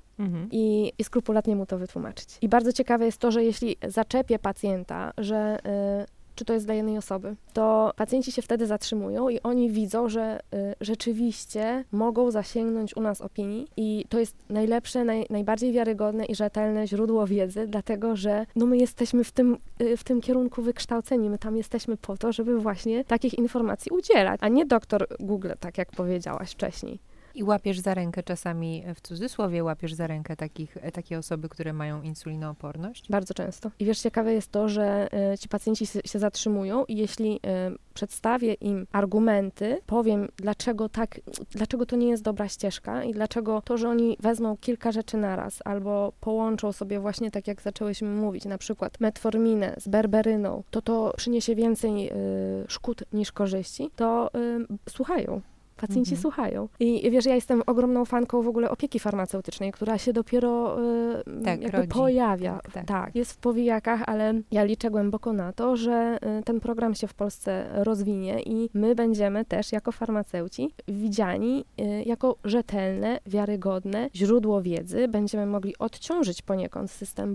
i skrupulatnie mu to wytłumaczyć. I bardzo ciekawe jest to, że jeśli zaczepię pacjenta, że czy to jest dla jednej osoby, to pacjenci się wtedy zatrzymują i oni widzą, że rzeczywiście mogą zasięgnąć u nas opinii i to jest najlepsze, najbardziej wiarygodne i rzetelne źródło wiedzy, dlatego że my jesteśmy w tym kierunku wykształceni, my tam jesteśmy po to, żeby właśnie takich informacji udzielać, a nie doktor Google, tak jak powiedziałaś wcześniej. I łapiesz za rękę czasami, w cudzysłowie, łapiesz za rękę takie osoby, które mają insulinooporność? Bardzo często. I wiesz, ciekawe jest to, że ci pacjenci się zatrzymują i jeśli przedstawię im argumenty, powiem, dlaczego to nie jest dobra ścieżka i dlaczego to, że oni wezmą kilka rzeczy naraz albo połączą sobie właśnie tak, jak zaczęłyśmy mówić, na przykład metforminę z berberyną, to przyniesie więcej szkód niż korzyści, to słuchają. Pacjenci słuchają. I wiesz, ja jestem ogromną fanką w ogóle opieki farmaceutycznej, która się dopiero pojawia. Tak, jest w powijakach, ale ja liczę głęboko na to, że ten program się w Polsce rozwinie i my będziemy też jako farmaceuci widziani jako rzetelne, wiarygodne źródło wiedzy. Będziemy mogli odciążyć poniekąd system.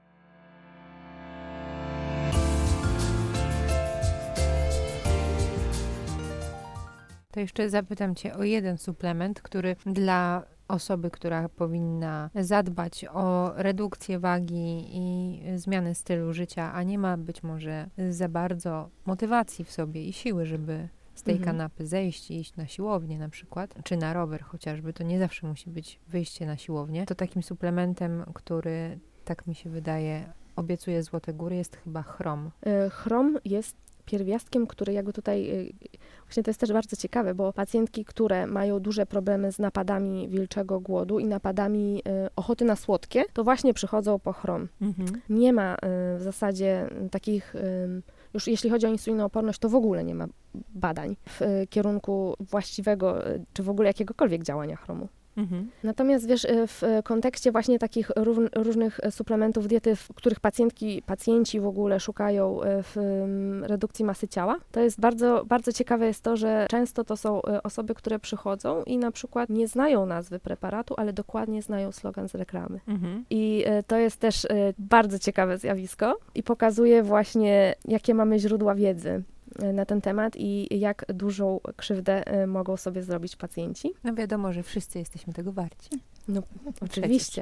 To jeszcze zapytam cię o jeden suplement, który dla osoby, która powinna zadbać o redukcję wagi i zmianę stylu życia, a nie ma być może za bardzo motywacji w sobie i siły, żeby z tej kanapy zejść i iść na siłownię na przykład, czy na rower chociażby, to nie zawsze musi być wyjście na siłownię, to takim suplementem, który, tak mi się wydaje, obiecuje złote góry, jest chyba chrom. Chrom jest pierwiastkiem, który jakby tutaj, właśnie to jest też bardzo ciekawe, bo pacjentki, które mają duże problemy z napadami wilczego głodu i napadami ochoty na słodkie, to właśnie przychodzą po chrom. Nie ma w zasadzie takich, już jeśli chodzi o insulinooporność, to w ogóle nie ma badań w kierunku właściwego, czy w ogóle jakiegokolwiek działania chromu. Natomiast wiesz, w kontekście właśnie takich różnych suplementów diety, w których pacjenci w ogóle szukają w redukcji masy ciała, to jest bardzo, bardzo ciekawe jest to, że często to są osoby, które przychodzą i na przykład nie znają nazwy preparatu, ale dokładnie znają slogan z reklamy. I to jest też bardzo ciekawe zjawisko i pokazuje właśnie, jakie mamy źródła wiedzy na ten temat i jak dużą krzywdę mogą sobie zrobić pacjenci. No wiadomo, że wszyscy jesteśmy tego warci. No oczywiście.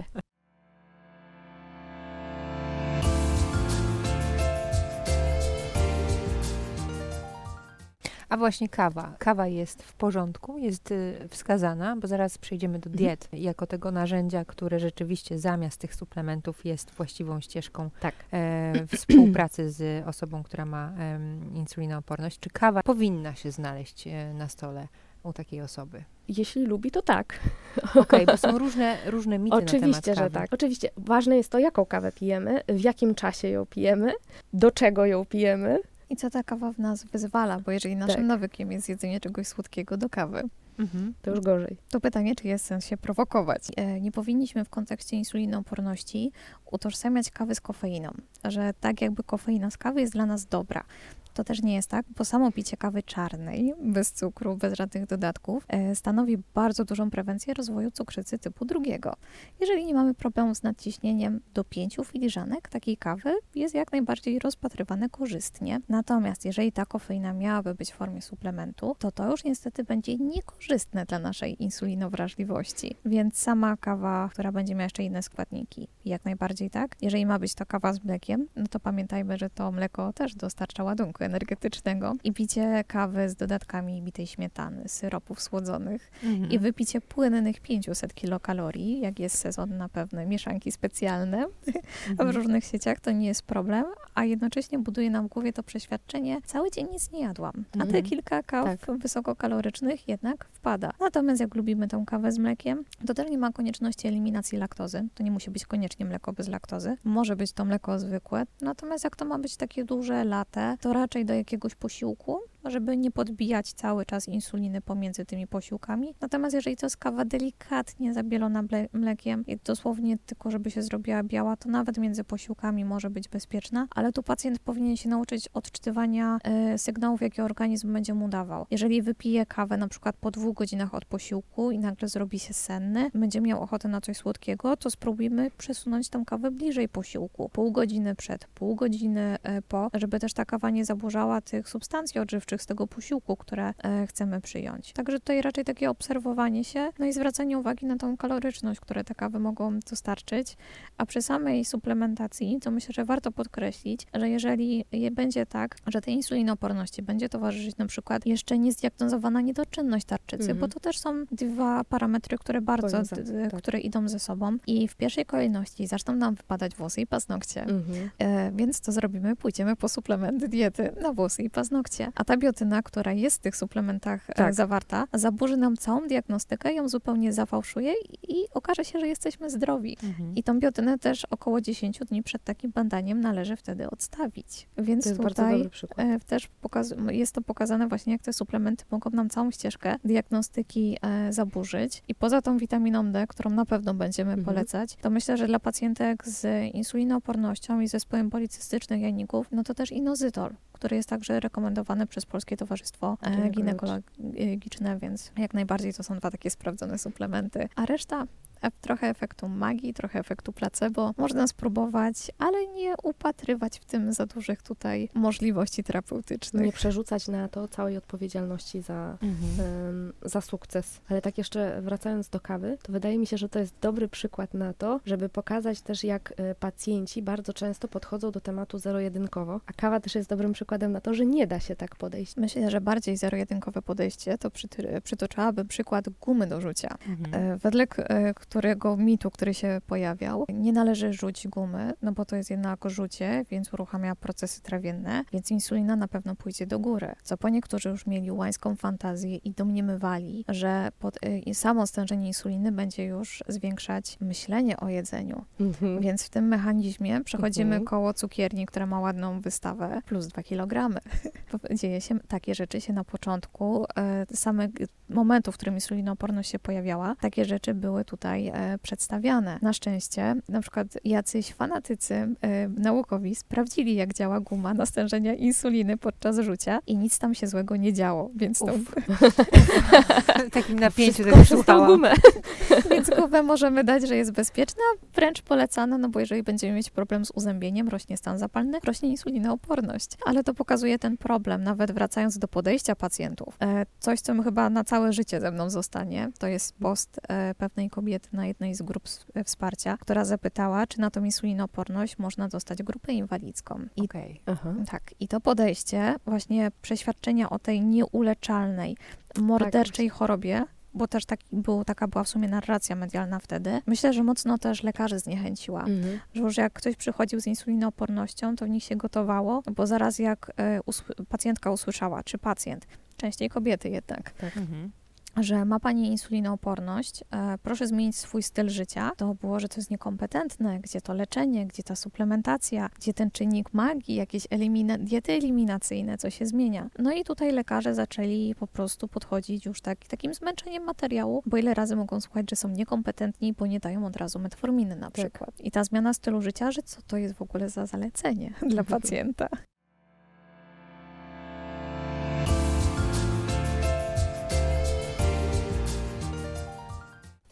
A właśnie kawa. Kawa jest w porządku, jest wskazana, bo zaraz przejdziemy do diet, jako tego narzędzia, które rzeczywiście zamiast tych suplementów jest właściwą ścieżką współpracy z osobą, która ma insulinooporność. Czy kawa powinna się znaleźć na stole u takiej osoby? Jeśli lubi, to tak. Okej, bo są różne mity Oczywiście, na temat kawy. że tak. Oczywiście. Ważne jest to, jaką kawę pijemy, w jakim czasie ją pijemy, do czego ją pijemy. I co ta kawa w nas wyzwala, bo jeżeli naszym nawykiem jest jedzenie czegoś słodkiego do kawy, to już gorzej. To pytanie, czy jest sens się prowokować. Nie powinniśmy w kontekście insulinooporności utożsamiać kawy z kofeiną, że tak jakby kofeina z kawy jest dla nas dobra. To też nie jest tak, bo samo picie kawy czarnej, bez cukru, bez żadnych dodatków, stanowi bardzo dużą prewencję rozwoju cukrzycy typu 2. Jeżeli nie mamy problemu z nadciśnieniem, do 5 filiżanek takiej kawy jest jak najbardziej rozpatrywane korzystnie. Natomiast jeżeli ta kofeina miałaby być w formie suplementu, to już niestety będzie niekorzystne korzystne dla naszej insulinowrażliwości. Więc sama kawa, która będzie miała jeszcze inne składniki, jak najbardziej tak. Jeżeli ma być to kawa z mlekiem, no to pamiętajmy, że to mleko też dostarcza ładunku energetycznego i picie kawy z dodatkami bitej śmietany, syropów słodzonych i wypicie płynnych 500 kilokalorii, jak jest sezon na pewne mieszanki specjalne w różnych sieciach, to nie jest problem, a jednocześnie buduje nam w głowie to przeświadczenie, cały dzień nic nie jadłam, a te kilka kaw wysokokalorycznych jednak wpada. Natomiast jak lubimy tą kawę z mlekiem, to też nie ma konieczności eliminacji laktozy. To nie musi być koniecznie mleko bez laktozy. Może być to mleko zwykłe. Natomiast jak to ma być takie duże latte, to raczej do jakiegoś posiłku, żeby nie podbijać cały czas insuliny pomiędzy tymi posiłkami. Natomiast jeżeli to jest kawa delikatnie zabielona mlekiem i dosłownie tylko, żeby się zrobiła biała, to nawet między posiłkami może być bezpieczna, ale tu pacjent powinien się nauczyć odczytywania sygnałów, jakie organizm będzie mu dawał. Jeżeli wypije kawę na przykład po 2 godzinach od posiłku i nagle zrobi się senny, będzie miał ochotę na coś słodkiego, to spróbujmy przesunąć tą kawę bliżej posiłku. Pół godziny przed, pół godziny po, żeby też ta kawa nie zaburzała tych substancji odżywczych z tego posiłku, które chcemy przyjąć. Także tutaj raczej takie obserwowanie się, no i zwracanie uwagi na tą kaloryczność, które te kawy mogą dostarczyć, a przy samej suplementacji, to myślę, że warto podkreślić, że jeżeli będzie tak, że tej insulinooporności będzie towarzyszyć na przykład jeszcze niezdiagnozowana niedoczynność tarczycy, bo to też są 2 parametry, które bardzo, które idą ze sobą i w pierwszej kolejności zaczną nam wypadać włosy i paznokcie, więc to zrobimy, pójdziemy po suplement diety na włosy i paznokcie, a ta biotyna, która jest w tych suplementach zawarta, zaburzy nam całą diagnostykę, ją zupełnie zafałszuje i okaże się, że jesteśmy zdrowi. I tą biotynę też około 10 dni przed takim badaniem należy wtedy odstawić. Więc to jest tutaj też jest to pokazane właśnie, jak te suplementy mogą nam całą ścieżkę diagnostyki zaburzyć. I poza tą witaminą D, którą na pewno będziemy polecać, to myślę, że dla pacjentek z insulinoopornością i zespołem policystycznych jajników, no to też inozytol, który jest także rekomendowany przez Polskie Towarzystwo Ginekologiczne, więc jak najbardziej to są 2 takie sprawdzone suplementy. A reszta trochę efektu magii, trochę efektu placebo. Można spróbować, ale nie upatrywać w tym za dużych tutaj możliwości terapeutycznych. Nie przerzucać na to całej odpowiedzialności za sukces. Ale tak jeszcze wracając do kawy, to wydaje mi się, że to jest dobry przykład na to, żeby pokazać też, jak pacjenci bardzo często podchodzą do tematu zero-jedynkowo, a kawa też jest dobrym przykładem na to, że nie da się tak podejść. Myślę, że bardziej zero-jedynkowe podejście to przytoczyłabym przykład gumy do rzucia. Wedle którego mitu, który się pojawiał, nie należy rzucić gumy, no bo to jest jednak rzucie, więc uruchamia procesy trawienne, więc insulina na pewno pójdzie do góry. Co niektórzy już mieli łańską fantazję i domniemywali, że samo stężenie insuliny będzie już zwiększać myślenie o jedzeniu. Więc w tym mechanizmie przechodzimy koło cukierni, która ma ładną wystawę, plus 2 kg. Takie rzeczy się na początku samego momentu, w którym insulinooporność się pojawiała, takie rzeczy były tutaj przedstawiane. Na szczęście, na przykład jacyś fanatycy naukowi sprawdzili, jak działa guma na stężenia insuliny podczas rzucia i nic tam się złego nie działo, więc to... W takim napięciu tego słuchałam. Więc gumę możemy dać, że jest bezpieczna, wręcz polecana, no bo jeżeli będziemy mieć problem z uzębieniem, rośnie stan zapalny, rośnie insulinooporność. Ale to pokazuje ten problem, nawet wracając do podejścia pacjentów. Coś, co chyba na całe życie ze mną zostanie, to jest post pewnej kobiety na jednej z grup wsparcia, która zapytała, czy na tą insulinooporność można dostać grupę inwalidzką. I to podejście, właśnie przeświadczenia o tej nieuleczalnej, morderczej chorobie, bo też taka była w sumie narracja medialna wtedy. Myślę, że mocno też lekarzy zniechęciła, że już jak ktoś przychodził z insulinoopornością, to w nich się gotowało, bo zaraz jak pacjentka usłyszała, czy pacjent, częściej kobiety jednak, że ma pani insulinooporność, proszę zmienić swój styl życia, to było, że to jest niekompetentne, gdzie to leczenie, gdzie ta suplementacja, gdzie ten czynnik magii, jakieś diety eliminacyjne, co się zmienia. No i tutaj lekarze zaczęli po prostu podchodzić już takim zmęczeniem materiału, bo ile razy mogą słuchać, że są niekompetentni, bo nie dają od razu metforminy na przykład. I ta zmiana stylu życia, że co to jest w ogóle za zalecenie dla pacjenta.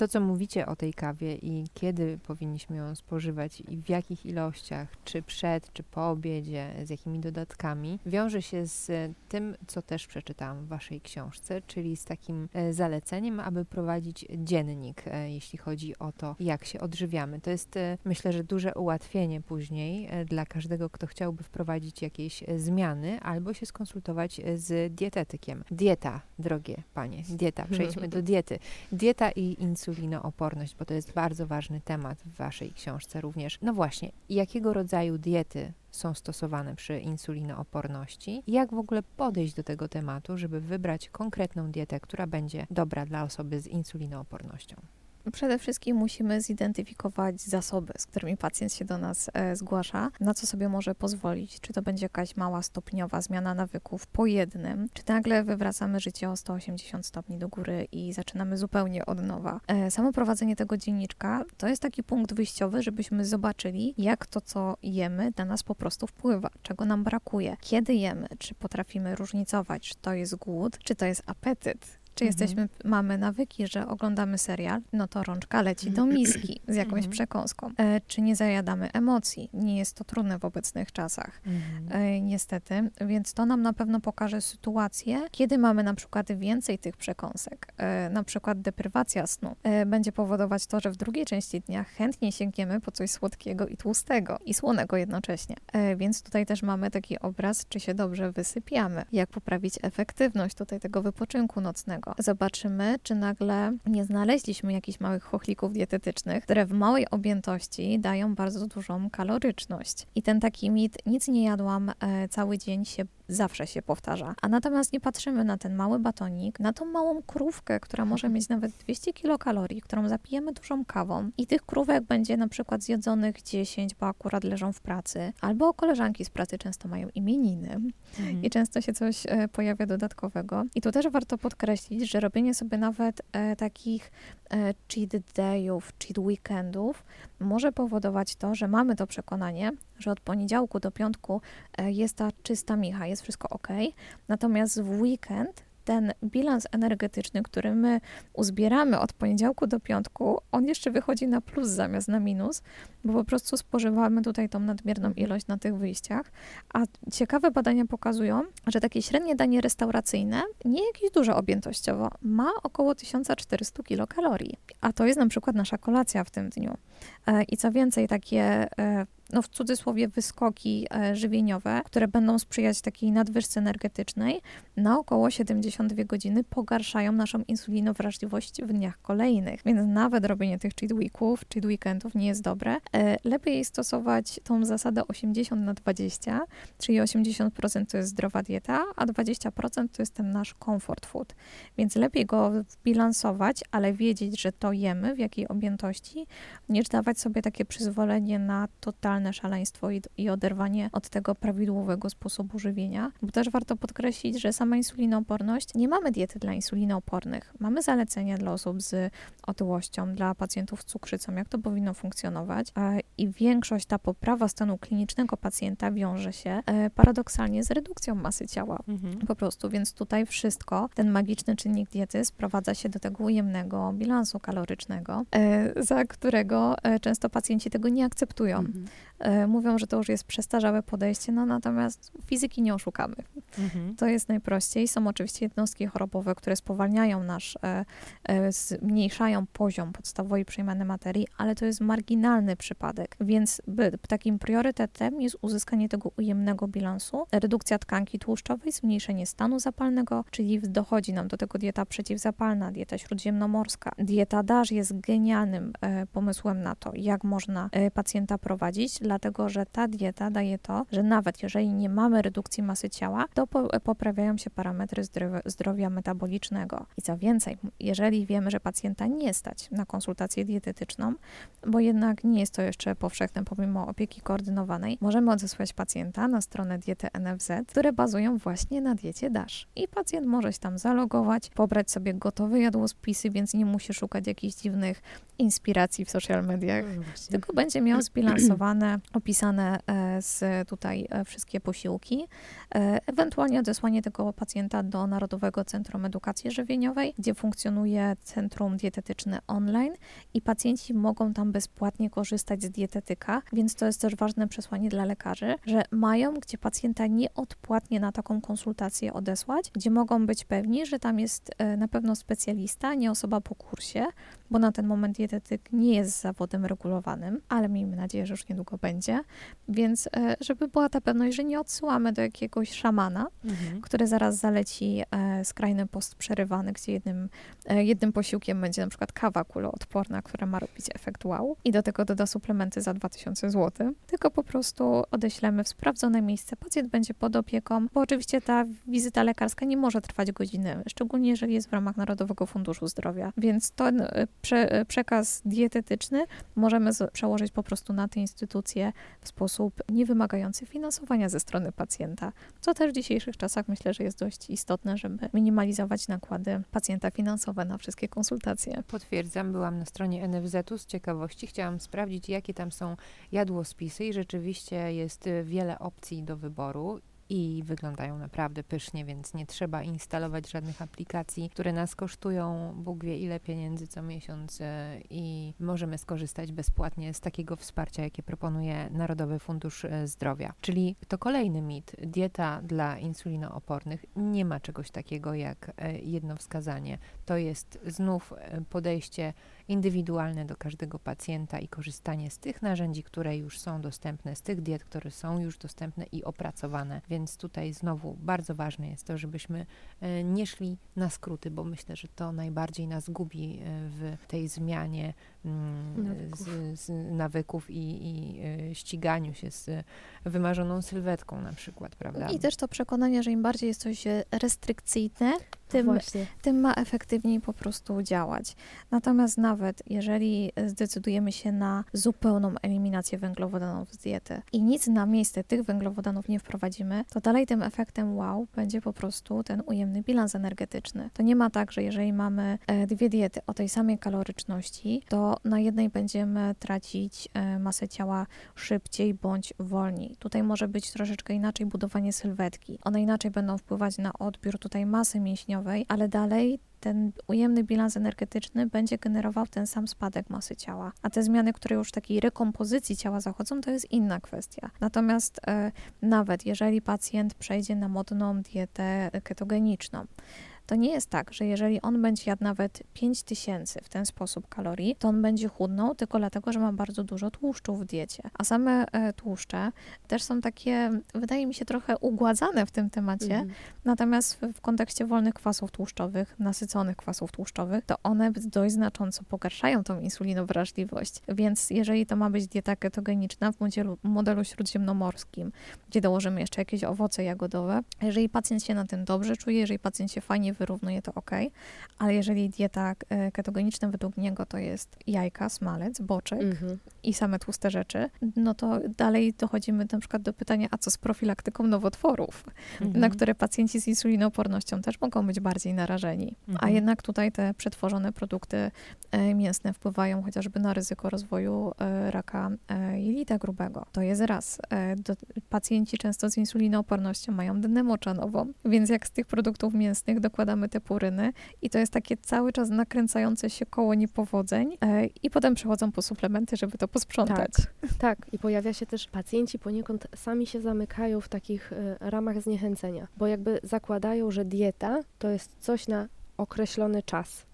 To, co mówicie o tej kawie i kiedy powinniśmy ją spożywać i w jakich ilościach, czy przed, czy po obiedzie, z jakimi dodatkami, wiąże się z tym, co też przeczytałam w waszej książce, czyli z takim zaleceniem, aby prowadzić dziennik, jeśli chodzi o to, jak się odżywiamy. To jest, myślę, że duże ułatwienie później dla każdego, kto chciałby wprowadzić jakieś zmiany albo się skonsultować z dietetykiem. Dieta, drogie panie, dieta. Przejdźmy do diety. Dieta i insulinooporność, bo to jest bardzo ważny temat w waszej książce również. No właśnie, jakiego rodzaju diety są stosowane przy insulinooporności? Jak w ogóle podejść do tego tematu, żeby wybrać konkretną dietę, która będzie dobra dla osoby z insulinoopornością? Przede wszystkim musimy zidentyfikować zasoby, z którymi pacjent się do nas zgłasza, na co sobie może pozwolić. Czy to będzie jakaś mała stopniowa zmiana nawyków po jednym, czy nagle wywracamy życie o 180 stopni do góry i zaczynamy zupełnie od nowa. Samo prowadzenie tego dzienniczka to jest taki punkt wyjściowy, żebyśmy zobaczyli, jak to, co jemy, na nas po prostu wpływa, czego nam brakuje, kiedy jemy, czy potrafimy różnicować, czy to jest głód, czy to jest apetyt. Czy mamy nawyki, że oglądamy serial, no to rączka leci do miski z jakąś przekąską. Czy nie zajadamy emocji? Nie jest to trudne w obecnych czasach, niestety. Więc to nam na pewno pokaże sytuację, kiedy mamy na przykład więcej tych przekąsek. Na przykład deprywacja snu będzie powodować to, że w drugiej części dnia chętnie sięgniemy po coś słodkiego i tłustego i słonego jednocześnie. Więc tutaj też mamy taki obraz, czy się dobrze wysypiamy, jak poprawić efektywność tutaj tego wypoczynku nocnego. Zobaczymy, czy nagle nie znaleźliśmy jakichś małych chochlików dietetycznych, które w małej objętości dają bardzo dużą kaloryczność. I ten taki mit, nic nie jadłam cały dzień, zawsze się powtarza. A natomiast nie patrzymy na ten mały batonik, na tą małą krówkę, która może mieć nawet 200 kilokalorii, którą zapijemy dużą kawą i tych krówek będzie na przykład zjedzonych 10, bo akurat leżą w pracy, albo koleżanki z pracy często mają imieniny i często się coś pojawia dodatkowego. I tu też warto podkreślić, że robienie sobie nawet takich cheat dayów, cheat weekendów może powodować to, że mamy to przekonanie, że od poniedziałku do piątku jest ta czysta micha, jest wszystko ok, natomiast w weekend ten bilans energetyczny, który my uzbieramy od poniedziałku do piątku, on jeszcze wychodzi na plus zamiast na minus, bo po prostu spożywamy tutaj tą nadmierną ilość na tych wyjściach. A ciekawe badania pokazują, że takie średnie danie restauracyjne, nie jakieś duże objętościowo, ma około 1400 kilokalorii. A to jest na przykład nasza kolacja w tym dniu. I co więcej, takie no w cudzysłowie wyskoki żywieniowe, które będą sprzyjać takiej nadwyżce energetycznej, na około 72 godziny pogarszają naszą insulinowrażliwość w dniach kolejnych. Więc nawet robienie tych cheat weeków, cheat weekendów nie jest dobre. Lepiej stosować tą zasadę 80/20, czyli 80% to jest zdrowa dieta, a 20% to jest ten nasz comfort food. Więc lepiej go bilansować, ale wiedzieć, że to jemy, w jakiej objętości, niż dawać sobie takie przyzwolenie na totalne szaleństwo i oderwanie od tego prawidłowego sposobu żywienia. Bo też warto podkreślić, że sama insulinooporność, nie mamy diety dla insulinoopornych. Mamy zalecenia dla osób z otyłością, dla pacjentów z cukrzycą, jak to powinno funkcjonować. I większość, ta poprawa stanu klinicznego pacjenta wiąże się paradoksalnie z redukcją masy ciała. Po prostu, więc tutaj wszystko, ten magiczny czynnik diety sprowadza się do tego ujemnego bilansu kalorycznego, za którego często pacjenci tego nie akceptują. Mówią, że to już jest przestarzałe podejście, no natomiast fizyki nie oszukamy. To jest najprościej. Są oczywiście jednostki chorobowe, które spowalniają zmniejszają poziom podstawowej przyjmanej materii, ale to jest marginalny przypadek, więc takim priorytetem jest uzyskanie tego ujemnego bilansu, redukcja tkanki tłuszczowej, zmniejszenie stanu zapalnego, czyli dochodzi nam do tego dieta przeciwzapalna, dieta śródziemnomorska. Dieta DASH jest genialnym pomysłem na to, jak można pacjenta prowadzić, dlatego że ta dieta daje to, że nawet jeżeli nie mamy redukcji masy ciała, to poprawiają się parametry zdrowia metabolicznego. I co więcej, jeżeli wiemy, że pacjenta nie stać na konsultację dietetyczną, bo jednak nie jest to jeszcze miarę powszechne pomimo opieki koordynowanej, możemy odesłać pacjenta na stronę diety NFZ, które bazują właśnie na diecie DASH. I pacjent może się tam zalogować, pobrać sobie gotowe jadłospisy, więc nie musi szukać jakichś dziwnych inspiracji w social mediach, tylko będzie miał zbilansowane, opisane tutaj wszystkie posiłki, ewentualnie odesłanie tego pacjenta do Narodowego Centrum Edukacji Żywieniowej, gdzie funkcjonuje centrum dietetyczne online i pacjenci mogą tam bezpłatnie korzystać z dietetyka, więc to jest też ważne przesłanie dla lekarzy, że mają gdzie pacjenta nieodpłatnie na taką konsultację odesłać, gdzie mogą być pewni, że tam jest na pewno specjalista, nie osoba po kursie, bo na ten moment dietetyk nie jest zawodem regulowanym, ale miejmy nadzieję, że już niedługo będzie, więc żeby była ta pewność, że nie odsyłamy do jakiegoś szamana, który zaraz zaleci skrajny post przerywany, gdzie jednym posiłkiem będzie na przykład kawa kuloodporna, która ma robić efekt wow i do tego doda suplementy za 2000 zł, tylko po prostu odeślemy w sprawdzone miejsce, pacjent będzie pod opieką, bo oczywiście ta wizyta lekarska nie może trwać godziny, szczególnie jeżeli jest w ramach Narodowego Funduszu Zdrowia, więc ten przekaz dietetyczny możemy przełożyć po prostu na te instytucje w sposób niewymagający finansowania ze strony pacjenta, co też w dzisiejszych czasach myślę, że jest dość istotne, żeby minimalizować nakłady pacjenta finansowe na wszystkie konsultacje. Potwierdzam, byłam na stronie NFZ-u z ciekawości, chciałam sprawdzić, jakie tam są jadłospisy i rzeczywiście jest wiele opcji do wyboru. I wyglądają naprawdę pysznie, więc nie trzeba instalować żadnych aplikacji, które nas kosztują Bóg wie ile pieniędzy co miesiąc i możemy skorzystać bezpłatnie z takiego wsparcia, jakie proponuje Narodowy Fundusz Zdrowia. Czyli to kolejny mit. Dieta dla insulinoopornych. Nie ma czegoś takiego jak jedno wskazanie. To jest znów podejście indywidualne do każdego pacjenta i korzystanie z tych narzędzi, które już są dostępne, z tych diet, które są już dostępne i opracowane. Więc tutaj znowu bardzo ważne jest to, żebyśmy nie szli na skróty, bo myślę, że to najbardziej nas gubi w tej zmianie z nawyków i ściganiu się z wymarzoną sylwetką na przykład, prawda? I też to przekonanie, że im bardziej jest coś restrykcyjne, tym ma efektywniej po prostu działać. Natomiast nawet jeżeli zdecydujemy się na zupełną eliminację węglowodanów z diety i nic na miejsce tych węglowodanów nie wprowadzimy, to dalej tym efektem wow będzie po prostu ten ujemny bilans energetyczny. To nie ma tak, że jeżeli mamy dwie diety o tej samej kaloryczności, to na jednej będziemy tracić masę ciała szybciej bądź wolniej. Tutaj może być troszeczkę inaczej budowanie sylwetki. One inaczej będą wpływać na odbiór tutaj masy mięśniowej, ale dalej ten ujemny bilans energetyczny będzie generował ten sam spadek masy ciała. A te zmiany, które już w takiej rekompozycji ciała zachodzą, to jest inna kwestia. Natomiast nawet jeżeli pacjent przejdzie na modną dietę ketogeniczną, to nie jest tak, że jeżeli on będzie jadł nawet 5000 w ten sposób kalorii, to on będzie chudnął tylko dlatego, że ma bardzo dużo tłuszczu w diecie. A same tłuszcze też są takie, wydaje mi się, trochę ugładzane w tym temacie, natomiast w kontekście wolnych kwasów tłuszczowych, nasyconych kwasów tłuszczowych, to one dość znacząco pogarszają tą insulinowrażliwość. Więc jeżeli to ma być dieta ketogeniczna w modelu śródziemnomorskim, gdzie dołożymy jeszcze jakieś owoce jagodowe, jeżeli pacjent się na tym dobrze czuje, jeżeli pacjent się fajnie wyrównuje, to ok, ale jeżeli dieta ketogeniczna według niego to jest jajka, smalec, boczek i same tłuste rzeczy, no to dalej dochodzimy na przykład do pytania, a co z profilaktyką nowotworów, na które pacjenci z insulinoopornością też mogą być bardziej narażeni. A jednak tutaj te przetworzone produkty mięsne wpływają chociażby na ryzyko rozwoju raka jelita grubego. To jest raz. Pacjenci często z insulinoopornością mają dnę moczanową, więc jak z tych produktów mięsnych dokładamy te puryny i to jest takie cały czas nakręcające się koło niepowodzeń i potem przechodzą po suplementy, żeby to posprzątać. Tak. I pojawia się też, pacjenci poniekąd sami się zamykają w takich ramach zniechęcenia, bo jakby zakładają, że dieta to jest coś na określony czas.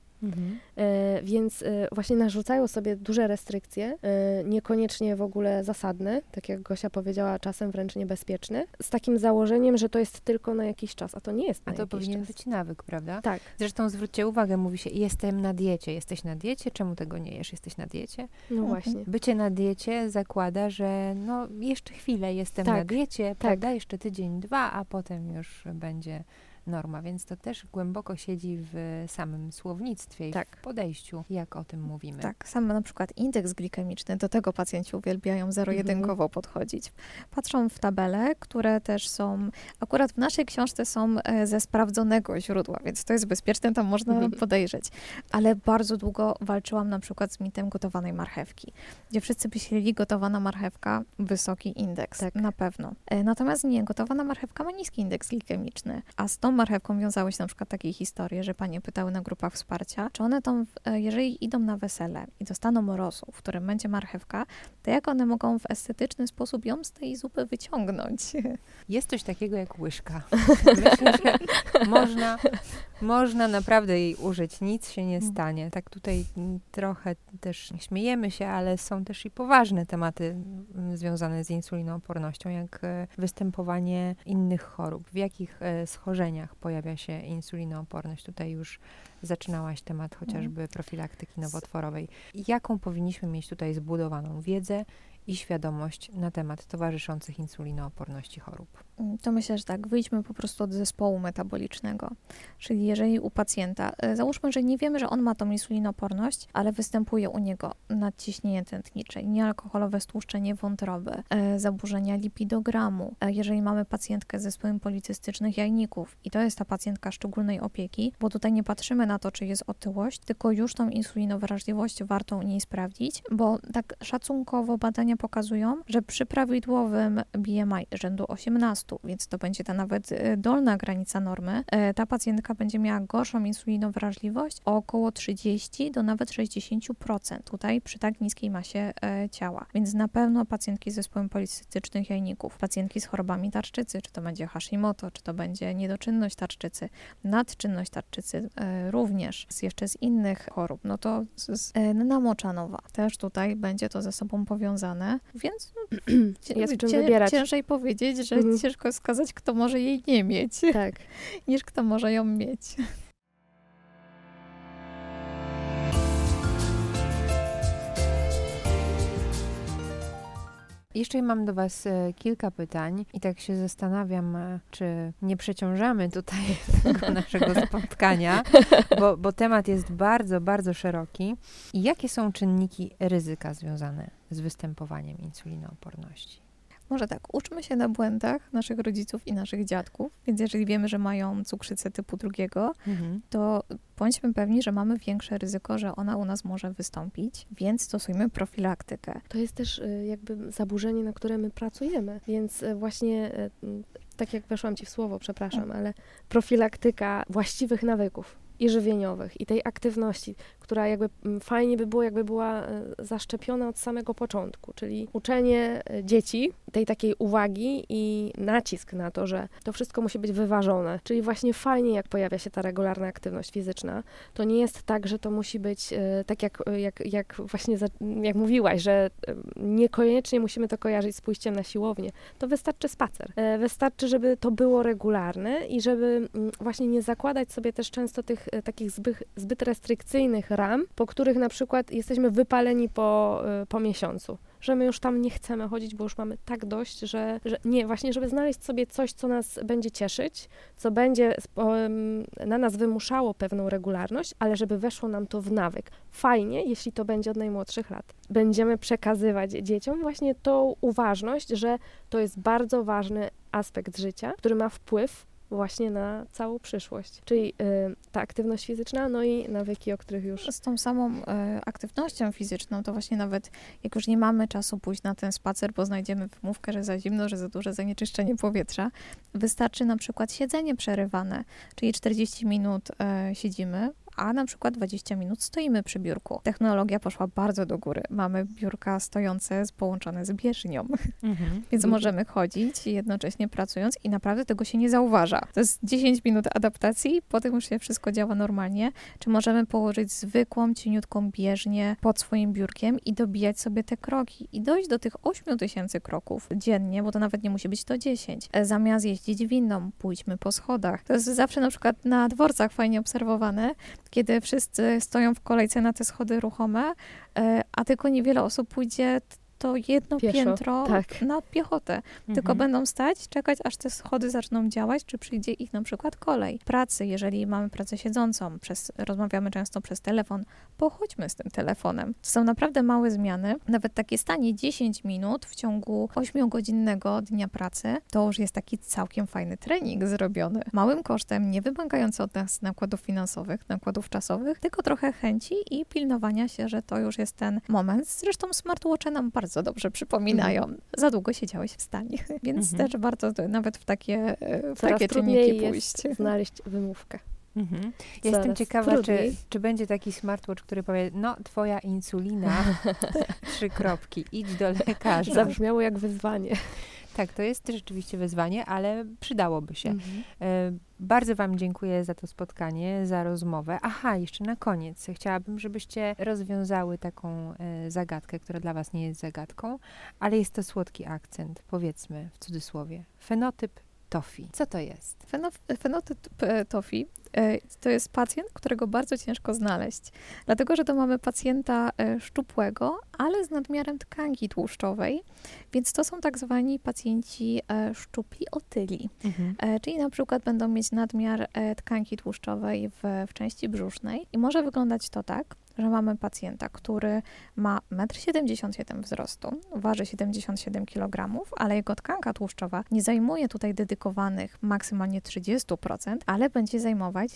Więc właśnie narzucają sobie duże restrykcje, niekoniecznie w ogóle zasadne, tak jak Gosia powiedziała, czasem wręcz niebezpieczne, z takim założeniem, że to jest tylko na jakiś czas, a to nie jest na jakiś czas. A to powinien być nawyk, prawda? Tak. Zresztą zwróćcie uwagę, mówi się, jestem na diecie. Jesteś na diecie? Czemu tego nie jesz? Jesteś na diecie? No właśnie. Bycie na diecie zakłada, że no jeszcze chwilę jestem na diecie, prawda? Jeszcze tydzień, 2, a potem już będzie norma, więc to też głęboko siedzi w samym słownictwie i w podejściu, jak o tym mówimy. Tak, sam na przykład indeks glikemiczny, do tego pacjenci uwielbiają zero-jedynkowo podchodzić. Patrzą w tabele, które też są, akurat w naszej książce są ze sprawdzonego źródła, więc to jest bezpieczne, tam można podejrzeć. Ale bardzo długo walczyłam na przykład z mitem gotowanej marchewki, gdzie wszyscy myśleli, gotowana marchewka, wysoki indeks, na pewno. Natomiast nie, gotowana marchewka ma niski indeks glikemiczny, a z tą marchewką wiązały się na przykład takie historie, że panie pytały na grupach wsparcia, czy one jeżeli idą na wesele i dostaną rosół, w którym będzie marchewka, to jak one mogą w estetyczny sposób ją z tej zupy wyciągnąć? Jest coś takiego jak łyżka. Myślę, że można naprawdę jej użyć, nic się nie stanie. Tak tutaj trochę też śmiejemy się, ale są też i poważne tematy związane z insulinoopornością, jak występowanie innych chorób. W jakich schorzeniach pojawia się insulinooporność? Tutaj już zaczynałaś temat chociażby profilaktyki nowotworowej. Jaką powinniśmy mieć tutaj zbudowaną wiedzę i świadomość na temat towarzyszących insulinooporności chorób? To myślę, że tak, wyjdźmy po prostu od zespołu metabolicznego. Czyli jeżeli u pacjenta, załóżmy, że nie wiemy, że on ma tą insulinooporność, ale występuje u niego nadciśnienie tętnicze, niealkoholowe stłuszczenie wątroby, zaburzenia lipidogramu. Jeżeli mamy pacjentkę z zespołem policystycznych jajników i to jest ta pacjentka szczególnej opieki, bo tutaj nie patrzymy na to, czy jest otyłość, tylko już tą insulinowrażliwość warto u niej sprawdzić, bo tak szacunkowo badania pokazują, że przy prawidłowym BMI rzędu 18, więc to będzie ta nawet dolna granica normy, ta pacjentka będzie miała gorszą insulinowrażliwość o około 30 do nawet 60% tutaj przy tak niskiej masie ciała. Więc na pewno pacjentki z zespołem policystycznych jajników, pacjentki z chorobami tarczycy, czy to będzie Hashimoto, czy to będzie niedoczynność tarczycy, nadczynność tarczycy również, jeszcze z innych chorób, no to namoczanowa też tutaj będzie to ze sobą powiązane, więc jest czym wybierać. Ciężej powiedzieć, że ciężko wskazać, kto może jej nie mieć, niż kto może ją mieć. Jeszcze mam do Was kilka pytań i tak się zastanawiam, czy nie przeciążamy tutaj tego naszego spotkania, bo temat jest bardzo, bardzo szeroki. I jakie są czynniki ryzyka związane z występowaniem insulinooporności? Może tak, uczmy się na błędach naszych rodziców i naszych dziadków, więc jeżeli wiemy, że mają cukrzycę typu 2, to bądźmy pewni, że mamy większe ryzyko, że ona u nas może wystąpić, więc stosujmy profilaktykę. To jest też jakby zaburzenie, na które my pracujemy, więc właśnie tak jak weszłam Ci w słowo, przepraszam, ale profilaktyka właściwych nawyków i żywieniowych, i tej aktywności, która jakby fajnie by było, jakby była zaszczepiona od samego początku, czyli uczenie dzieci tej takiej uwagi i nacisk na to, że to wszystko musi być wyważone, czyli właśnie fajnie, jak pojawia się ta regularna aktywność fizyczna, to nie jest tak, że to musi być tak jak właśnie jak mówiłaś, że niekoniecznie musimy to kojarzyć z pójściem na siłownię, to wystarczy spacer. Wystarczy, żeby to było regularne i żeby właśnie nie zakładać sobie też często tych takich zbyt restrykcyjnych ram, po których na przykład jesteśmy wypaleni po miesiącu. Że my już tam nie chcemy chodzić, bo już mamy tak dość, że nie, właśnie żeby znaleźć sobie coś, co nas będzie cieszyć, co będzie na nas wymuszało pewną regularność, ale żeby weszło nam to w nawyk. Fajnie, jeśli to będzie od najmłodszych lat. Będziemy przekazywać dzieciom właśnie tą uważność, że to jest bardzo ważny aspekt życia, który ma wpływ właśnie na całą przyszłość. Czyli ta aktywność fizyczna, no i nawyki, o których już... Z tą samą aktywnością fizyczną, to właśnie nawet jak już nie mamy czasu pójść na ten spacer, bo znajdziemy wymówkę, że za zimno, że za duże zanieczyszczenie powietrza, wystarczy na przykład siedzenie przerywane, czyli 40 minut siedzimy, a na przykład 20 minut stoimy przy biurku. Technologia poszła bardzo do góry. Mamy biurka stojące połączone z bieżnią, więc możemy chodzić jednocześnie pracując i naprawdę tego się nie zauważa. To jest 10 minut adaptacji, potem już się wszystko działa normalnie. Czy możemy położyć zwykłą, cieniutką bieżnię pod swoim biurkiem i dobijać sobie te kroki i dojść do tych 8000 kroków dziennie, bo to nawet nie musi być to 10. Zamiast jeździć windą, pójdźmy po schodach. To jest zawsze na przykład na dworcach fajnie obserwowane, kiedy wszyscy stoją w kolejce na te schody ruchome, a tylko niewiele osób pójdzie to jedno Pieszo, piętro tak. na piechotę. Tylko będą stać, czekać, aż te schody zaczną działać, czy przyjdzie ich na przykład kolej. Pracy, jeżeli mamy pracę siedzącą, rozmawiamy często przez telefon, pochodźmy z tym telefonem. To są naprawdę małe zmiany. Nawet takie stanie 10 minut w ciągu 8-godzinnego dnia pracy, to już jest taki całkiem fajny trening zrobiony. Małym kosztem, nie wymagający od nas nakładów finansowych, nakładów czasowych, tylko trochę chęci i pilnowania się, że to już jest ten moment. Zresztą smartwatche nam bardzo dobrze przypominają. Za długo siedziałeś w stanie, więc też warto nawet w takie czynniki pójść. Jest znaleźć wymówkę. Jestem ciekawa, czy będzie taki smartwatch, który powie, no twoja insulina, 3 kropki, idź do lekarza. Zabrzmiało jak wyzwanie. Tak, to jest rzeczywiście wyzwanie, ale przydałoby się. Bardzo wam dziękuję za to spotkanie, za rozmowę. Aha, jeszcze na koniec chciałabym, żebyście rozwiązały taką zagadkę, która dla was nie jest zagadką, ale jest to słodki akcent, powiedzmy w cudzysłowie. Fenotyp TOFI. Co to jest? Fenotyp TOFI to jest pacjent, którego bardzo ciężko znaleźć, dlatego że to mamy pacjenta szczupłego, ale z nadmiarem tkanki tłuszczowej, więc to są tak zwani pacjenci szczupli otyli, czyli na przykład będą mieć nadmiar tkanki tłuszczowej w części brzusznej i może wyglądać to tak, że mamy pacjenta, który ma 1,77 m wzrostu, waży 77 kg, ale jego tkanka tłuszczowa nie zajmuje tutaj dedykowanych maksymalnie 30%, ale będzie zajmować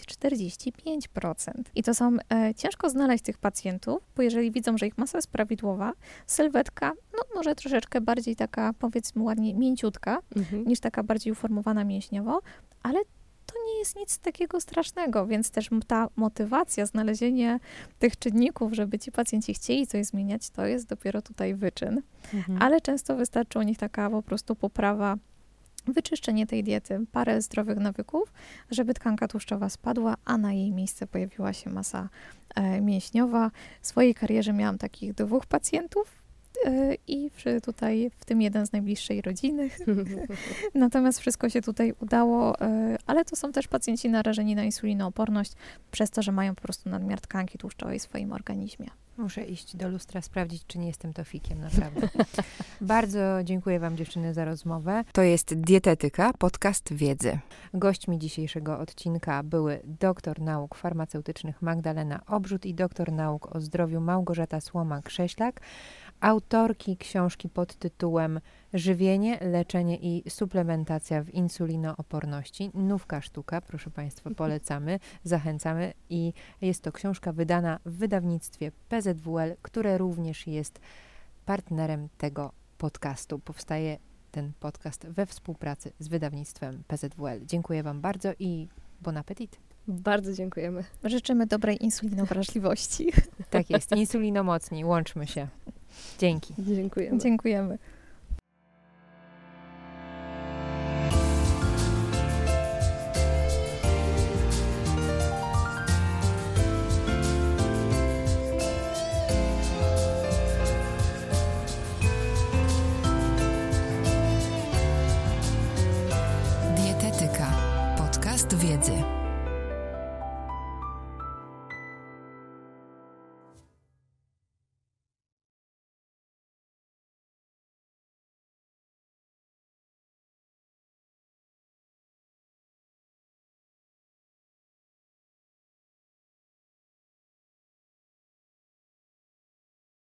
45%. I to są, ciężko znaleźć tych pacjentów, bo jeżeli widzą, że ich masa jest prawidłowa, sylwetka, no może troszeczkę bardziej taka, powiedzmy ładnie, mięciutka, niż taka bardziej uformowana mięśniowo, ale to nie jest nic takiego strasznego, więc też ta motywacja, znalezienie tych czynników, żeby ci pacjenci chcieli coś zmieniać, to jest dopiero tutaj wyczyn. Ale często wystarczy u nich taka po prostu poprawa, wyczyszczenie tej diety, parę zdrowych nawyków, żeby tkanka tłuszczowa spadła, a na jej miejsce pojawiła się masa mięśniowa. W swojej karierze miałam takich 2 pacjentów, i tutaj w tym jeden z najbliższej rodziny. Natomiast wszystko się tutaj udało, ale to są też pacjenci narażeni na insulinooporność przez to, że mają po prostu nadmiar tkanki tłuszczowej w swoim organizmie. Muszę iść do lustra, sprawdzić, czy nie jestem tofikiem, naprawdę. Bardzo dziękuję wam, dziewczyny, za rozmowę. To jest Dietetyka, podcast wiedzy. Gośćmi dzisiejszego odcinka były doktor nauk farmaceutycznych Magdalena Obrzut i doktor nauk o zdrowiu Małgorzata Słoma-Krześlak, autorki książki pod tytułem Żywienie, leczenie i suplementacja w insulinooporności. Nówka sztuka, proszę państwa, polecamy, zachęcamy i jest to książka wydana w wydawnictwie PZWL, które również jest partnerem tego podcastu. Powstaje ten podcast we współpracy z wydawnictwem PZWL. Dziękuję wam bardzo i bon appetit. Bardzo dziękujemy. Życzymy dobrej insulinowrażliwości. Tak jest, insulinomocni, łączmy się. Dzięki. Dziękujemy. Dziękujemy.